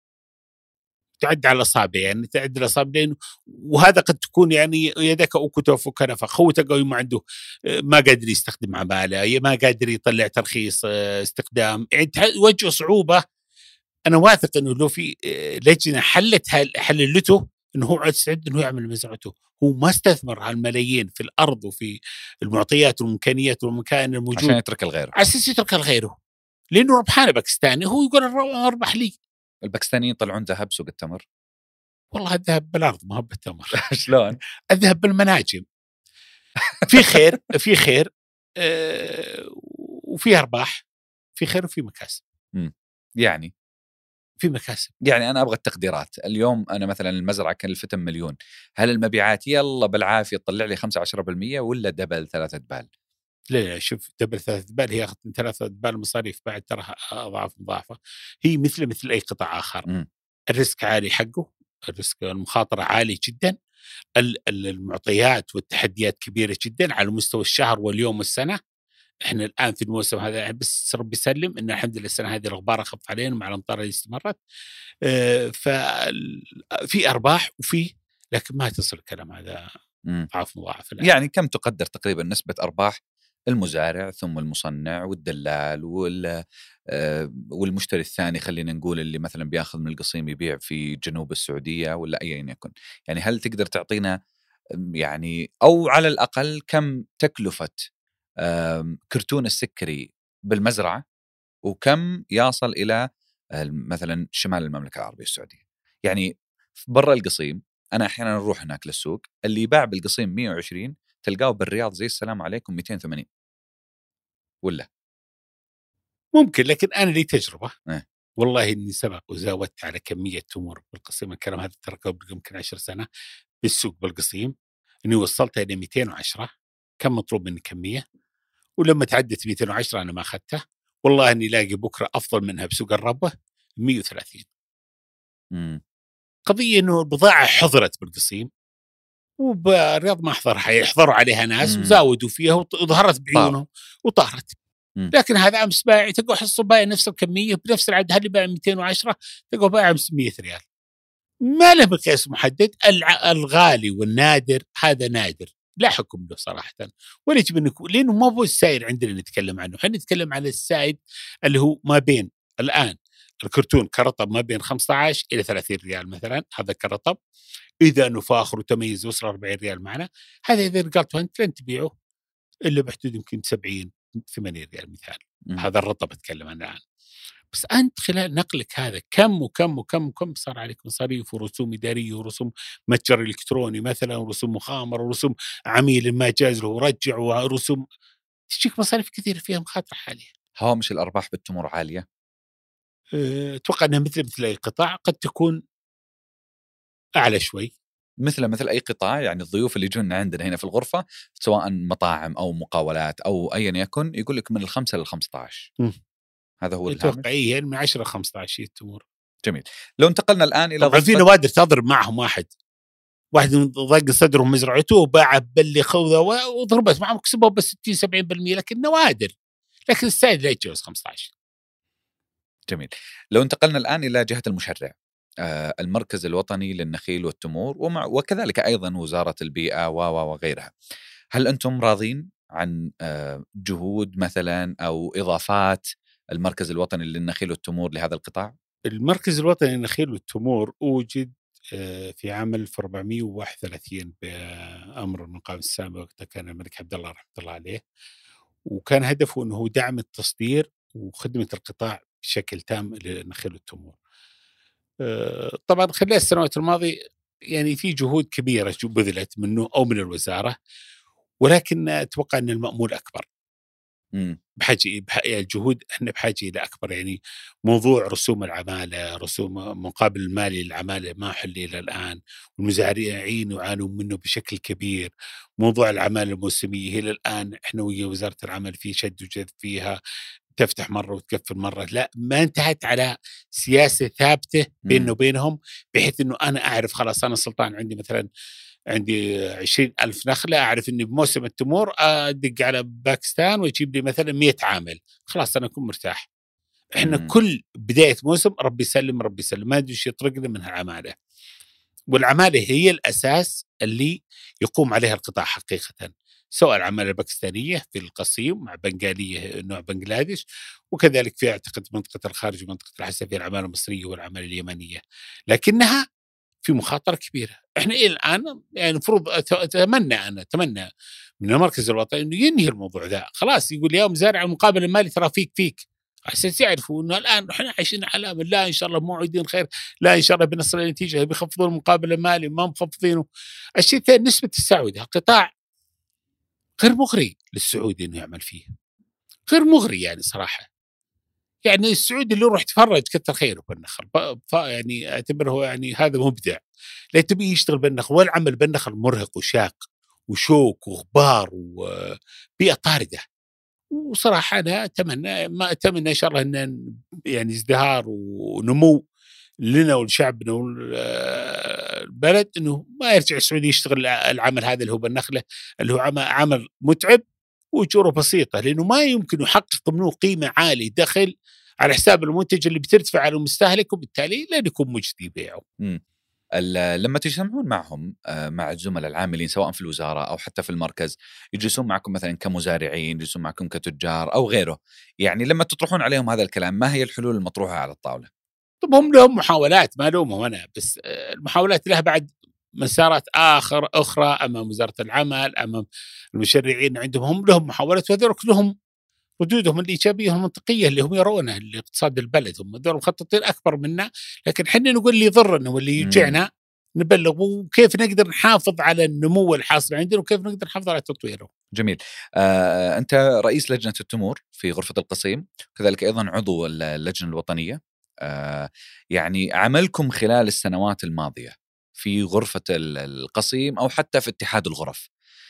تعد على الأصابع يعني تعد على الأصابع، وهذا قد تكون يعني يدك أو كتف وكنفة خوته قوي ما عنده ما قادر يستخدم عمالة، ما قادر يطلع ترخيص استخدام، يعني يواجه صعوبة. أنا واثق إنه لو في لجنة حلت حللته إنه هو مستعد إنه يعمل مزرعته، هو ما استثمر هالملايين في الأرض وفي المعطيات والإمكانيات والمكان الموجود عشان يترك الغيره، على أساس يترك الغيره، لأنه ربحان باكستاني هو يقول أربح لي. الباكستانيين يطلعون ذهب سوق التمر. والله الذهب بالأرض ما هو بالتمر. شلون؟ الذهب بالمناجم. في خير في خير آه وفي ارباح، في خير وفي مكاسب. مم. يعني في مكاسب. يعني انا ابغى التقديرات اليوم. انا مثلا المزرعه كلفتها مليون، هل المبيعات يلا بالعافيه تطلع لي خمسة عشر بالمئة ولا دبل ثلاثة دبال؟ لا شوف، دبل ثلاثة دبال هي أخذت من ثلاثة دبال مصاريف بعد تراها أضعاف مضاعفة. هي مثل مثل أي قطاع آخر. م. الريسك عالي حقه، الريسك المخاطرة عالي جدا، المعطيات والتحديات كبيرة جدا على مستوى الشهر واليوم والسنة. احنا الآن في الموسم هذا بس ربي يسلم إن الحمد لله السنة هذه الغبار خف علينا مع الأمطار اللي استمرت. اه ففي أرباح وفي، لكن ما تصل الكلام هذا أضعاف مضاعفة. يعني كم تقدر تقريبا نسبة أرباح المزارع ثم المصنع والدلال وال والمشتري الثاني، خلينا نقول اللي مثلا بياخذ من القصيم يبيع في جنوب السعودية ولا أيا يكن؟ يعني هل تقدر تعطينا يعني أو على الأقل كم تكلفة كرتون السكري بالمزرعة وكم يصل إلى مثلا شمال المملكة العربية السعودية؟ يعني برا القصيم أنا أحيانا نروح هناك للسوق، اللي يباع بالقصيم مية وعشرين تلقاه بالرياض زي السلام عليكم مئتين وثمانين ولا ممكن. لكن أنا لي تجربة اه. والله إني سبق وزاودت على كمية تمور بالقصيم. الكلام هذا ترى قبل يمكن عشر سنة بالسوق بالقصيم، إني وصلتها إلى مئتين وعشرة. كم مطلوب مني كمية، ولما تعدت مئتين وعشرة أنا ما أخذتها. والله إني لاقي بكرة أفضل منها بسوق الربة مئة وثلاثين. امم قضية إنه البضاعة حضرت بالقصيم وبالرياض ما حضرها، يحضروا عليها ناس وزاودوا فيها وظهرت بعيونهم وطارت. لكن هذا أمس بايع، تلقوا حصة بايع نفس الكمية بنفس العدد، هل بايع مئتين وعشرة تلقوا بايع أمس مئة ريال. ما له مقياس محدد. الغالي والنادر هذا نادر لا حكم له صراحة، ولا يجب أن يكون، لأنه ما هو السائد عندنا نتكلم عنه. احنا نتكلم عن السائد اللي هو ما بين الآن الكرتون كرطب ما بين خمسة عشر إلى ثلاثين ريال مثلا، هذا كرطب. إذا أنه فاخر وتميز وصل أربعين ريال معنا، هذا إذا قلت أنت لن تبيعه إلا بحدود يمكن سبعين ثمانين ريال مثال. م. هذا الرطب أتكلم عنه الآن. بس أنت خلال نقلك هذا كم وكم وكم وكم صار عليك مصاريف ورسوم إدارية ورسوم متجر إلكتروني مثلا ورسوم مخامرة ورسوم عميل ما جاز له ورجع ورسوم، تجيك مصاريف كثيرة فيها مخاطرة حالية. هوامش الأرباح بالتمور عالية؟ أتوقع أنها مثل مثل أي قطاع، قد تكون أعلى شوي. مثل مثل أي قطاع. يعني الضيوف اللي يجونا عندنا هنا في الغرفة سواء مطاعم أو مقاولات أو أيا يكن يقول لك من الخمسة للخمسة عشر. م. هذا هو التوقعية من عشرة خمسة عشر التمور. جميل. لو انتقلنا الآن إلى طبعا في نوادر تضرب معهم، واحد واحد ضاق صدره مزرعته وباع بلي خوذة وضربت معهم كسبوا بس ستين سبعين بالمئة، لكن نوادر. لكن السائد لا يتجاوز خمسة عشر. جميل. لو انتقلنا الآن إلى جهة المشرع، آه المركز الوطني للنخيل والتمور ومع وكذلك أيضا وزارة البيئة وغيرها، هل أنتم راضين عن آه جهود مثلا أو إضافات المركز الوطني للنخيل والتمور لهذا القطاع؟ المركز الوطني للنخيل والتمور أوجد في عام ألف وأربعمئة وواحد وثلاثين بأمر المقام السامي، وقتها كان الملك عبد الله رحمة الله عليه، وكان هدفه أنه دعم التصدير وخدمة القطاع بشكل تام للنخيل والتمور. طبعا خلال السنوات الماضية يعني في جهود كبيرة بذلت منه أو من الوزارة، ولكن أتوقع أن المأمول أكبر. م. بحاجة الجهود احنا بحاجة إلى أكبر. يعني موضوع رسوم العمالة، رسوم مقابل المالي للعمالة ما حل إلى الآن، والمزارعين يعانوا منه بشكل كبير. موضوع العمالة الموسمية إلى الآن احنا ويا وزارة العمل في شد وجذب فيها، تفتح مرة وتقفل مرة، لا ما انتهت على سياسة ثابتة بيننا وبينهم، بحيث أنه أنا أعرف خلاص أنا سلطان عندي مثلا عندي عشرين ألف نخلة، أعرف أني بموسم التمور أدق على باكستان ويجيب لي مثلا مئة عامل، خلاص أنا أكون مرتاح. إحنا مم. كل بداية موسم ربي يسلم ربي يسلم ما أدري شيء يطرقنا من العمالة، والعمالة هي الأساس اللي يقوم عليها القطاع حقيقة، سواء العمالة الباكستانية في القصيم مع بنغالية نوع بنغلاديش، وكذلك في اعتقد منطقة الخارج ومنطقة الحسا في العمالة المصرية والعمالة اليمنية، لكنها في مخاطرة كبيرة. احنا الى الان يعني المفروض اتمنى انا اتمنى من المركز الوطني انه ينهي الموضوع ذا، خلاص يقول يا مزارع المقابل المالي ترى فيك فيك عشان يعرفوا انه الان احنا عايشين على امل، لا ان شاء الله موعدين خير، لا ان شاء الله بنصل النتيجه، بيخفضون المقابل المالي ما مخفضينه. الشيء الثاني نسبه السعودة، قطاع غير مغري للسعودي إنه يعمل فيه، غير مغري يعني صراحة. يعني السعودي اللي يروح يتفرج كتر خيره بالنخل، ف ف يعني أعتبره يعني هذا مبدع، لا تبيه يشتغل بالنخل، والعمل بالنخل مرهق وشاق وشوك وغبار وبيئة طاردة. وصراحة أنا أتمنى ما أتمنى إن شاء الله إن يعني ازدهار ونمو لنا ولشعبنا والبلد، إنه ما يرجع السعودي يشتغل العمل هذا اللي هو بالنخلة، اللي هو عم عمل متعب وأجوره بسيطة، لأنه ما يمكن يحقق منه قيمة عالية دخل على حساب المنتج اللي بترتفع على المستهلك، وبالتالي لن يكون مجدي بيعه. إمم. ال لمّا تجتمعون معهم آآ مع الزملاء العاملين سواء في الوزارة أو حتى في المركز، يجلسون معكم مثلًا كمزارعين، يجلسون معكم كتجار أو غيره، يعني لمّا تطرحون عليهم هذا الكلام، ما هي الحلول المطروحة على الطاولة؟ طب هم لهم محاولات، ما ألومهم أنا، بس آآ المحاولات لها بعد مسارات آخر أخرى أمام وزارة العمل، أمام المشرعين عندهم، هم لهم محاولات، وهذول كلهم ردودهم الإيجابية المنطقية اللي هم يرونها لاقتصاد البلد، هم هذول مخططين أكبر منا، لكن حنا نقول اللي يضرنا واللي إمم. يوجعنا نبلغ، وكيف نقدر نحافظ على النمو الحاصل عندنا، وكيف نقدر نحافظ على تطويره. جميل. آآ أنت رئيس لجنة التمور في غرفة القصيم، كذلك أيضًا عضو ال اللجنة الوطنية. آآ يعني عملكم خلال السنوات الماضية في غرفة ال القصيم أو حتى في اتحاد الغرف،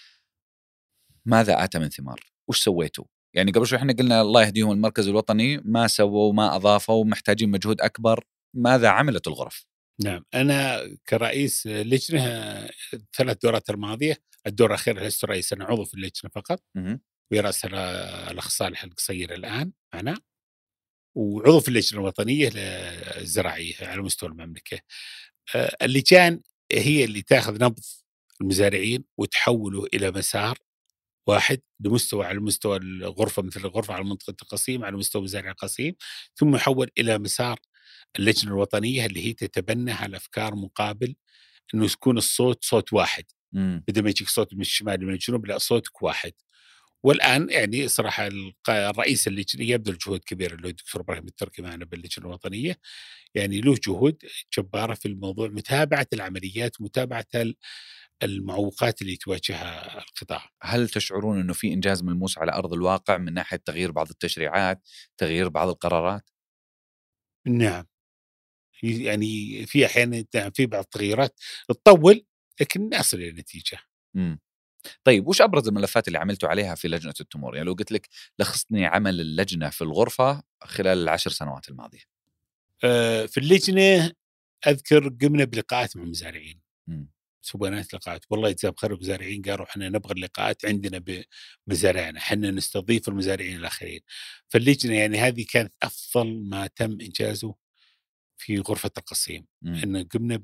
ماذا آتى من ثمار؟ وش سويتوا؟ يعني قبل شوي إحنا قلنا الله يهديهم المركز الوطني ما سووا ما أضافوا محتاجين مجهود أكبر، ماذا عملت الغرف؟ نعم، أنا كرئيس لجنة ثلاث دورات الماضية، الدورة الأخيرة لست رئيس، أنا عضو في اللجنة فقط، اهم. ويرأسها الأخ صالح القصير الآن معنا، وعضو في اللجنة الوطنية الزراعية على مستوى المملكة. آآ اللجان هي اللي تاخذ نبض المزارعين وتحوله إلى مسار واحد لمستوى على مستوى الغرفة، مثل الغرفة على منطقة القصيم على مستوى مزارع القصيم، ثم يحول إلى مسار اللجنة الوطنية اللي هي تتبنى هالأفكار مقابل إنه يكون الصوت صوت واحد، إمم. بدل ما يجيك صوت من الشمال ومن الجنوب، لأ صوتك واحد. والآن يعني صراحة الق الرئيس اللجنة يبذل جهود كبيرة اللي هو الدكتور إبراهيم التركي معنا باللجنة الوطنية، يعني له جهود جبارة في الموضوع، متابعة العمليات، متابعة ال المعوقات اللي تواجهها القطاع. هل تشعرون إنه في إنجاز ملموس على أرض الواقع من ناحية تغيير بعض التشريعات، تغيير بعض القرارات؟ نعم، في يعني في أحيانًا نعم في بعض التغييرات تطوّل، لكن نصل إلى نتيجة. إمم. طيب وش أبرز الملفات اللي عملتوا عليها في لجنة التمور؟ يعني لو قلت لك لخصني عمل اللجنة في الغرفة خلال العشر سنوات الماضية. آآ في اللجنة أذكر قمنا بلقاءات مع المزارعين، إمم. سوينا لقاءات، والله يجزاهم خير المزارعين، قالوا إحنا نبغى اللقاءات عندنا بمزارعنا، إحنا نستضيف المزارعين الآخرين. فاللجنة يعني هذه كانت أفضل ما تم إنجازه في غرفة القصيم، إمم. إن قمنا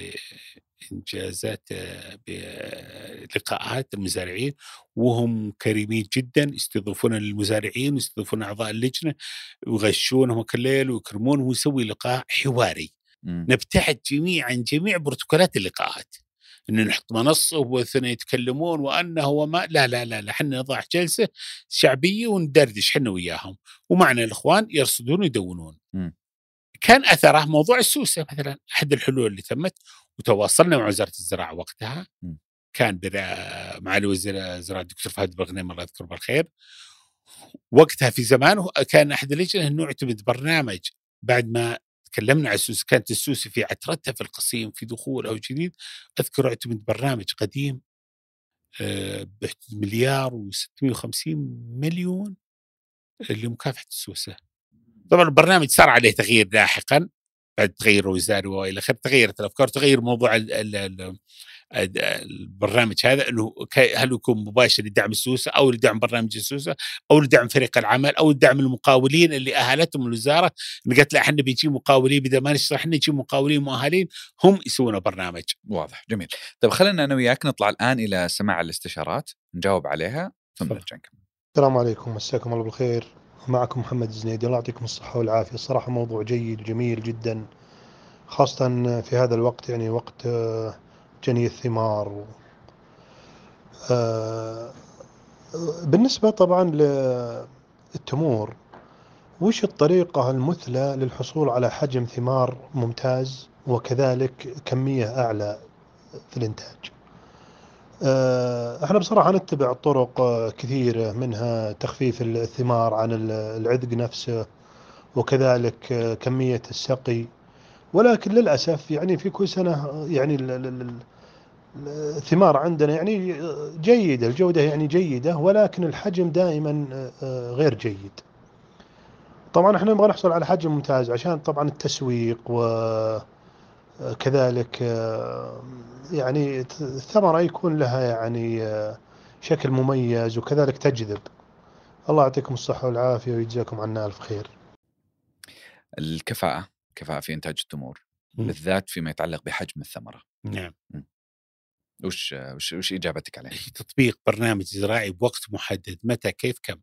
بإنجازات بلقاءات المزارعين، وهم كريمين جدًا، يستضيفون المزارعين ويستضيفون أعضاء اللجنة ويغشونهم وكل ليل ويكرمونهم، ونسوي لقاء حواري، إمم. نبتعد جميعًا عن جميع بروتوكولات اللقاءات، إنه نحط منصة واثنين يتكلمون وأنه وما لا لا لا لا، حنا نضع جلسة شعبية وندردش حنا وياهم، ومعنا الإخوان يرصدون ويدونون. إمم. كان أثره موضوع السوسة مثلًا، أحد الحلول اللي تمت، وتواصلنا مع وزارة الزراعة وقتها، إمم. كان برا معالي وزير الزراعة الدكتور فهد بغنيم الله يذكره بالخير، وقتها في زمانه كان أحد اللجنة إنه يعتمد برنامج بعد ما تكلمنا عن السوسة، كانت السوسة في عترتها في القصيم في دخول أو جديد، أذكر اعتمد برنامج قديم آآ بمليار وستمائة وخمسين مليون لمكافحة السوسة. طبعًا البرنامج صار عليه تغيير لاحقًا بعد تغيير وزاري وإلى آخره، تغيرت الأفكار، تغير موضوع ال ال ال الد البرنامج هذا، إنه ك هل يكون مباشر لدعم السوسة أو لدعم برنامج السوسة أو لدعم فريق العمل أو لدعم المقاولين اللي أهلتهم الوزارة، إن قالت لا إحنا بنجيب مقاولين بدل ما نشتغل إحنا نجيب مقاولين مؤهلين هم يسوون برنامج. واضح، جميل. طيب خلينا أنا وياك نطلع الآن إلى سماع الاستشارات، نجاوب عليها ثم تفضل. نرجع نكمل. السلام عليكم، مساكم الله بالخير، معكم محمد الزنيدي، الله يعطيكم الصحة والعافية. الصراحة موضوع جيد جميل جدا، خاصة في هذا الوقت، يعني وقت جني الثمار. بالنسبة طبعا للتمور، وش الطريقة المثلى للحصول على حجم ثمار ممتاز وكذلك كمية أعلى في الإنتاج؟ آه، احنا بصراحة نتبع طرق آه، كثيرة، منها تخفيف الثمار عن ال- العذق نفسه، وكذلك آه، كمية السقي. ولكن للأسف يعني في كل سنة آه، يعني ال- ال- ال- الثمار عندنا يعني آه، جيدة، الجودة يعني جيدة، ولكن الحجم دائما آه، آه، غير جيد. طبعا احنا نبغى نحصل على حجم ممتاز عشان طبعا التسويق، وكذلك آه، يعني الثمرة يكون لها يعني آه، شكل مميز، وكذلك تجذب. الله يعطيكم الصحة والعافية ويجزاكم عنا ألف خير. الكفاءة كفاءة في إنتاج التمور، مم. بالذات فيما يتعلق بحجم الثمرة. نعم. وش وش وش إجابتك عليه؟ هي تطبيق برنامج زراعي بوقت محدد، متى، كيف، كم.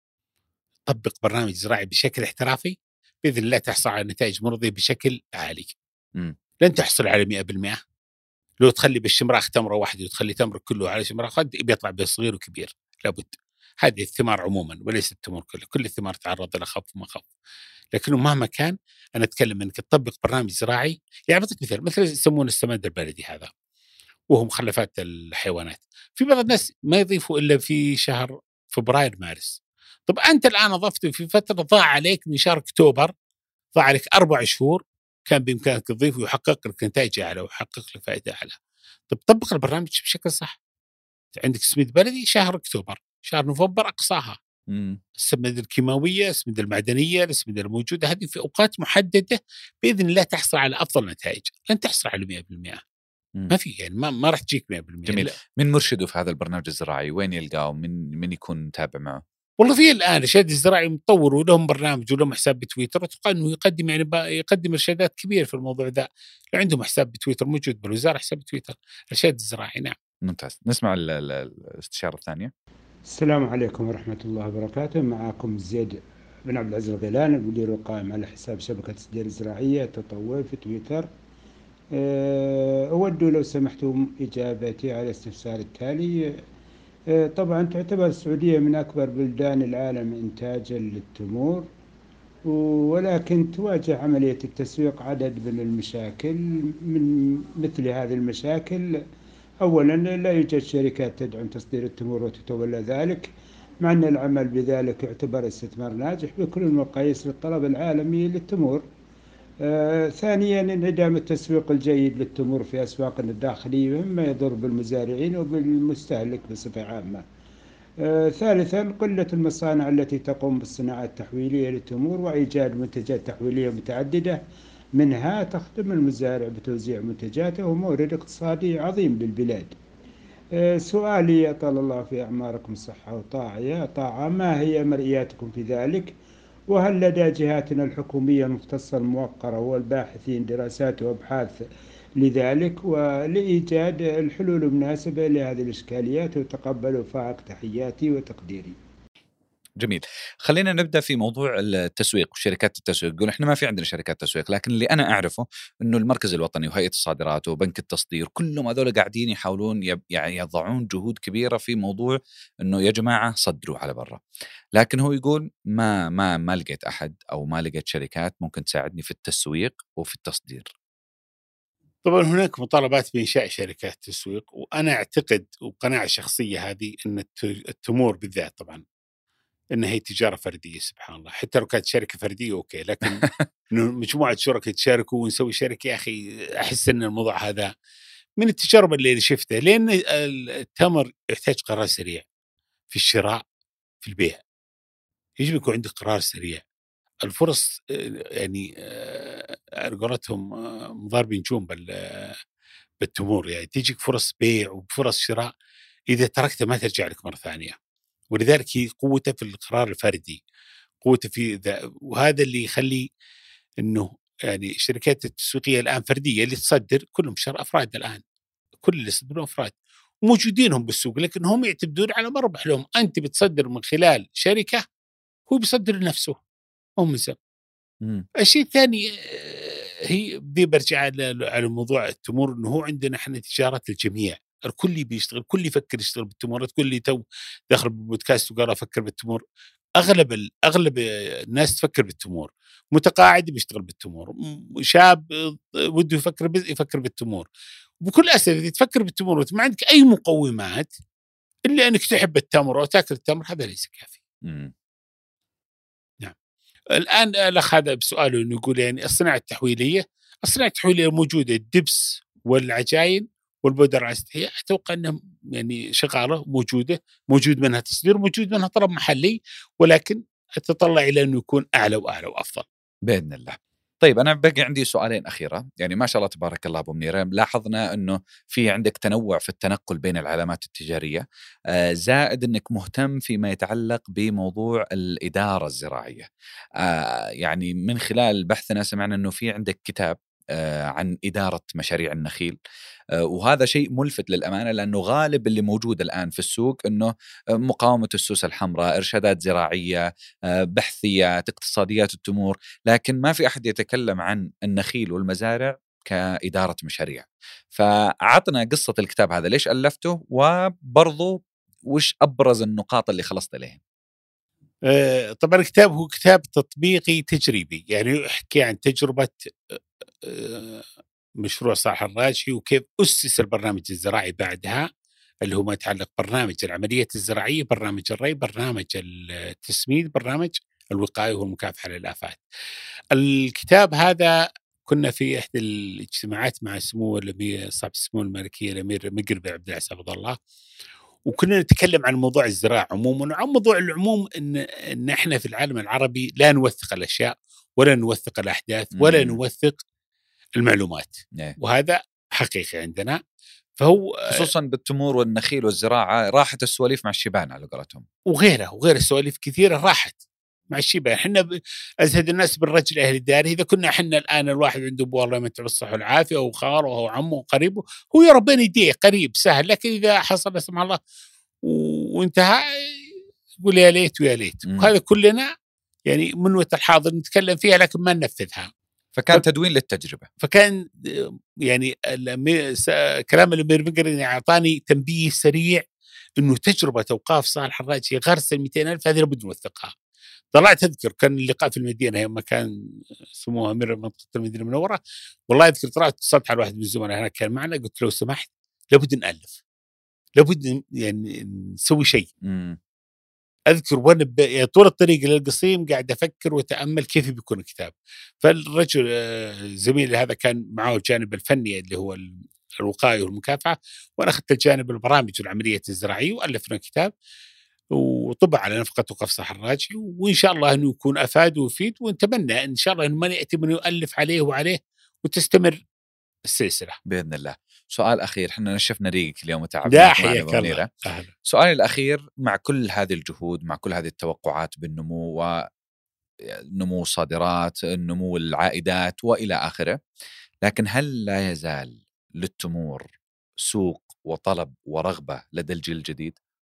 طبق برنامج زراعي بشكل احترافي، بإذن الله تحصل على نتائج مرضية بشكل عالي. مم. لن تحصل على مئة بالمئة. لو تخلي بالشمراخ تمرة واحدة وتخلي تمرك كله على شمراخ واحد، بيطلع بصغير وكبير لابد. هذه الثمار عموما وليس التمور كله، كل الثمار تعرض لها خف وما خف. لكنه مهما كان، أنا أتكلم أنك تطبق برنامج زراعي. يعني بعطيك مثال، مثل يسمونه السماد البلدي هذا، وهو مخلفات الحيوانات. في بعض الناس ما يضيفوا إلا في شهر فبراير مارس. طب أنت الآن أضفته في فترة ضاع عليك من شهر أكتوبر، ضاع عليك أربع شهور كان بإمكانك تضيفه ويحقق لك نتائج أعلى ويحقق لك فائدة أعلى. طب طبق البرنامج بشكل صح. عندك سميد بلدي شهر أكتوبر، شهر نوفمبر أقصاها. مم. السماد الكيماوية، السماد المعدنية، السماد الموجودة هذه في أوقات محددة بإذن الله تحصل على أفضل نتائج. لن تحصل على مئة بالمئة. مم. ما في يعني ما, ما راح تجيك مئة بالمئة. جميل. لا. من مرشده في هذا البرنامج الزراعي؟ وين يلقاه؟ من من يكون متابع معه؟ والله في الآن الإرشاد الزراعي مطور ولهم برنامج ولهم حساب بتويتر، وأتوقع أنه يقدم يعني يقدم إرشادات كبيرة في الموضوع ذا. لو عندهم حساب بتويتر موجود بالوزارة، حساب تويتر الإرشاد الزراعي. نعم. ممتاز. نسمع ال- ال- الاستشارة الثانية. السلام عليكم ورحمة الله وبركاته. معكم زيد بن عبد العزيز الغيلاني، المدير القائم على حساب شبكة السجل الزراعية تطوع في تويتر. أه، أود لو سمحتم إجابتي على الاستفسار التالي. أه، طبعا تعتبر السعودية من أكبر بلدان العالم إنتاجا للتمور، ولكن تواجه عملية التسويق عدد من المشاكل. من مثل هذه المشاكل، أولا لا يوجد شركات تدعم تصدير التمور وتتولى ذلك، مع أن العمل بذلك يعتبر استثمار ناجح بكل المقاييس للطلب العالمي للتمور. آه، ثانيا انعدام التسويق الجيد للتمور في أسواقنا الداخلية، مما يضر بالمزارعين وبالمستهلك بصفة عامة. آه، ثالثا قلة المصانع التي تقوم بالصناعة التحويلية للتمور وإيجاد منتجات تحويلية متعددة، منها تخدم المزارع بتوزيع منتجاته، ومورد اقتصادي عظيم بالبلاد. آه، سؤالي أطال الله في أعماركم الصحة وطاعة طاعة، ما هي مرئياتكم في ذلك؟ وهل لدى جهاتنا الحكومية المختصة الموقرة والباحثين دراسات وأبحاث لذلك ولإيجاد الحلول المناسبة لهذه الإشكاليات؟ وتقبلوا فائق تحياتي وتقديري. جميل. خلينا نبدا في موضوع التسويق وشركات التسويق. يقول احنا ما في عندنا شركات تسويق، لكن اللي انا اعرفه انه المركز الوطني وهيئه الصادرات وبنك التصدير كلهم هذول قاعدين يحاولون يب يعني يضعون جهود كبيره في موضوع انه يا جماعه صدروا على برا. لكن هو يقول ما ما ما لقيت احد او ما لقيت شركات ممكن تساعدني في التسويق وفي التصدير. طبعا هناك مطالبات بإنشاء شركات تسويق، وأنا أعتقد وقناعة شخصية هذه أن التمور بالذات طبعا أنها هي تجارة فردية. سبحان الله، حتى لو كانت شركة فردية أوكي، لكن إنه مجموعة شركاء يتشاركوا ونسوي شركة، يا أخي أحس أن الموضوع هذا من التجارب اللي شفتها. لأن التمر يحتاج قرار سريع في الشراء، في البيع يجب يكون عندك قرار سريع. الفرص يعني على قولتهم مضاربين جون بالتمور، يعني تيجيك فرص بيع وفرص شراء، إذا تركته ما ترجع لك مرة ثانية. ولذلك هي قوته في القرار الفردي، قوته في ذا. وهذا اللي يخلي انه يعني الشركات التسويقيه الان فرديه اللي تصدر كلهم شر افراد الان، كل اللي يصدرون افراد وموجودينهم بالسوق، لكن هم يعتمدون على مربح لهم. انت بتصدر من خلال شركه، هو بيصدر لنفسه، هو ملزم. الشيء الثاني هي بدي برجع على موضوع التمور، انه هو عندنا احنا تجاره الجميع، الكل بيشتغل، الكل يفكر يشتغل بالتمور. تقول لي تو داخل بالبودكاست وقال افكر بالتمور، اغلب ال... اغلب الناس تفكر بالتمور. متقاعد بيشتغل بالتمور، شاب وده يفكر بي... يفكر بالتمور، بكل أسف إذا تفكر بالتمر وما عندك أي مقومات إلا أنك تحب التمر وتأكل التمر، هذا ليس كافي. مم. نعم. الآن الأخ هذا بسؤاله إنه يقول يعني الصناعة التحويلية، الصناعة التحويلية موجودة، الدبس والعجائن والبودرة الأسطحية أتوقع أنها يعني شغالة موجودة، موجود منها تصدير، موجود منها طلب محلي، ولكن أتطلع إلى أنه يكون أعلى وأعلى وأفضل بإذن الله. طيب أنا بقي عندي سؤالين أخيرة. يعني ما شاء الله تبارك الله أبو منيرة، لاحظنا أنه في عندك تنوع في التنقل بين العلامات التجارية، آه زائد أنك مهتم فيما يتعلق بموضوع الإدارة الزراعية. آه يعني من خلال بحثنا سمعنا أنه في عندك كتاب آه عن إدارة مشاريع النخيل، آه وهذا شيء ملفت للأمانة، لأنه غالب اللي موجود الآن في السوق أنه مقاومة السوس الحمراء، إرشادات زراعية، آه بحثيات، اقتصاديات التمور، لكن ما في أحد يتكلم عن النخيل والمزارع كإدارة مشاريع. فعطنا قصة الكتاب هذا، ليش ألفته، وبرضو وش أبرز النقاط اللي خلصت إليهم؟ آه طبعا الكتاب هو كتاب تطبيقي تجريبي، يعني يحكي عن تجربة آه مشروع صالح الراجحي وكيف أسس البرنامج الزراعي بعدها، اللي هو ما يتعلق برنامج العمليات الزراعية، برنامج الري، برنامج التسميد، برنامج الوقاية والمكافحة للآفات. الكتاب هذا كنا في إحدى الاجتماعات مع سمو الأمير صاحب السمو الملكية الأمير مقربي عبد العزيز عبد الله، وكنا نتكلم عن موضوع الزراعة عموما، وعن موضوع العموم إن إن إحنا في العالم العربي لا نوثق الأشياء ولا نوثق الأحداث ولا نوثق المعلومات، وهذا حقيقي عندنا. فهو خصوصا بالتمور والنخيل والزراعة راحت السواليف مع الشيبان على قولتهم، وغيره وغير السواليف كثيرة راحت مع الشيبان. احنا أزهد الناس بالرجل أهل الدار. إذا كنا احنا الآن الواحد عنده أبوه الله يمتع بالصحة والعافية أو خاله أو عمه وقريبه، هو يا ربنا يديه قريب سهل، لكن إذا حصل سمع الله وانتهى يقول يا ليت ويا ليت. وهذا كلنا يعني من وقت الحاضر نتكلم فيها لكن ما ننفذها. فكان ف... تدوين للتجربة. فكان يعني كلام الأمير مقربي أعطاني تنبيه سريع إنه تجربة أوقاف صالح الراجحي غرس المئتين ألف هذه لابد نوثقها. طلعت أذكر كان اللقاء في المدينة يوم كان سموه أمير منطقة المدينة المنورة، والله أذكر طلعت اتصلت على واحد من الزملاء هناك كان معنا، قلت له سمحت لابد نألف، لابد يعني نسوي شيء. م. أذكر وأنا ب... طول الطريق للقصيم قاعد أفكر وأتأمل كيف بيكون الكتاب. فالرجل زميلي هذا كان معه الجانب الفني اللي هو الوقاية والمكافحة، وأنا أخذت الجانب البرامج والعمليات الزراعية، وألفنا كتاب وطبع على نفقة وقف صالح الراجحي، وإن شاء الله أنه يكون أفاد ويفيد، ونتمنى إن شاء الله أنه ما نأتي من يؤلف عليه وعليه وتستمر السلسلة بإذن الله. سؤال أخير، حنا نشفنا ريقك اليوم وتعبنا. لا حياك الله. سؤالي الأخير، مع كل هذه الجهود، مع كل هذه التوقعات بالنمو ونمو الصادرات، نمو العائدات وإلى آخره، لكن هل لا يزال للتمور سوق وطلب ورغبة لدى الجيل الجديد؟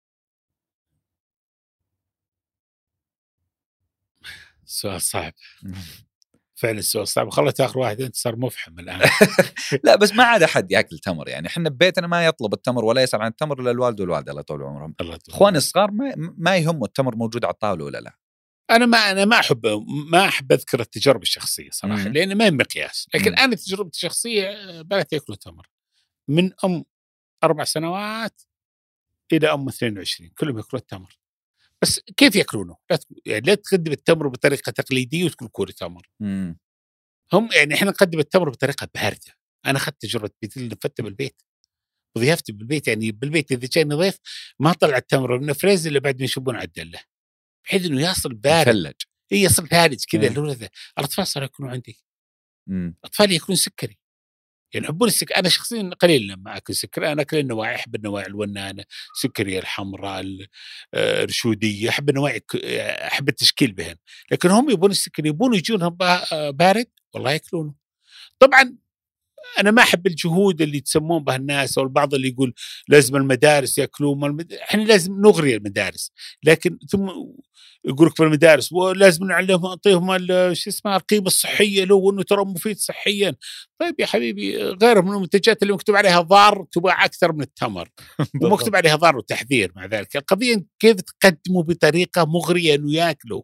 سؤال صعب فعلا، السؤال صعب. خلت آخر واحد أنت صار مفحم الآن. لا بس ما عاد أحد يأكل تمر، يعني إحنا ببيتنا ما يطلب التمر ولا يسأل عن التمر إلا الوالد والوالدة الله طول عمرهم. إخواني الصغار ما ما يهموا التمر موجود على الطاولة ولا لا. أنا ما أنا ما أحب ما أحب أذكر التجارب الشخصية صراحة، مم. لأن ما هي مقياس. لكن مم. أنا تجربتي الشخصية بنات يأكلوا تمر من أم أربع سنوات إلى أم اثنين وعشرين، كلهم يأكلوا التمر. بس كيف يأكلونه؟ لا يعني لا تقدم التمر بطريقة تقليدية وتكون كوري تمر. مم. هم يعني إحنا نقدم التمر بطريقة باردة. أنا أخذت تجربة بيت اللي فتة بالبيت وضيافتي بالبيت، يعني بالبيت إذا جاني ضيف ما طلع التمر من الفريز إلا بعد ما يشبون عدله، بحيث إنه يصل بارد. مثلج. إيه يصل ثالج كذا. اللي الأطفال صاروا يكونوا عندي. مم. أطفالي يكونوا سكري، يعني يحبون السكر. أنا شخصيا قليل لما أكل سكر، أنا أكل النواعي، أحب النواعي الونانة، سكرية الحمراء، الرشودية، أحب النواعي، أحب التشكيل بهن. لكن هم يبون السكر، يبون يجونهم بارد والله يأكلونه. طبعا أنا ما أحب الجهود اللي تسمون بها الناس، أو البعض اللي يقول لازم المدارس يأكلون. المد... إحنا لازم نغري المدارس، لكن ثم يقولك في المدارس ولازم نعلمهم نعطيهم شو اسمها القيمة الصحية له، وإنه ترى مفيد صحيا. طيب يا حبيبي، غير من المنتجات اللي مكتوب عليها ضار تباع أكثر من التمر ومكتوب عليها ضار وتحذير. مع ذلك القضية كيف تقدمه بطريقة مغرية إنه يأكلوا.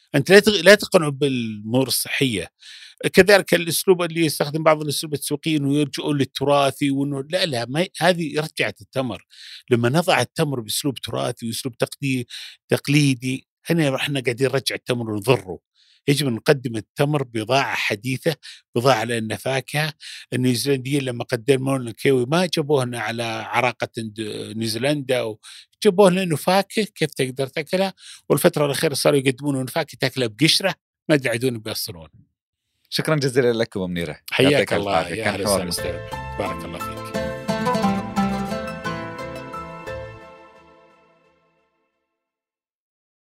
انت لا لا تقنعوا بالامور الصحيه. كذلك الاسلوب اللي يستخدم بعض الاسلوب التسويقي انه يرجعوا للتراثي، وانه لا لا ما هذه رجعت التمر. لما نضع التمر باسلوب تراثي واسلوب تقدير تقليدي، هنا احنا قاعدين نرجع التمر ونضره. يجب أن نقدم التمر بضاعة حديثة، بضاعة لأنها فاكهة. النيوزيلنديين لما قدموا لنا الكيوي ما جابوهنا على عراقة نيوزيلندا، جابوه لأنه فاكهة كيف تقدر تأكلها. والفترة الأخيرة صاروا يقدمون فاكهة تأكلها بقشرة، ما ادري عدون بيصلون. شكرا جزيلا لكم منيرة، حياك الله يا أهلا وسهلا. بارك الله فيك.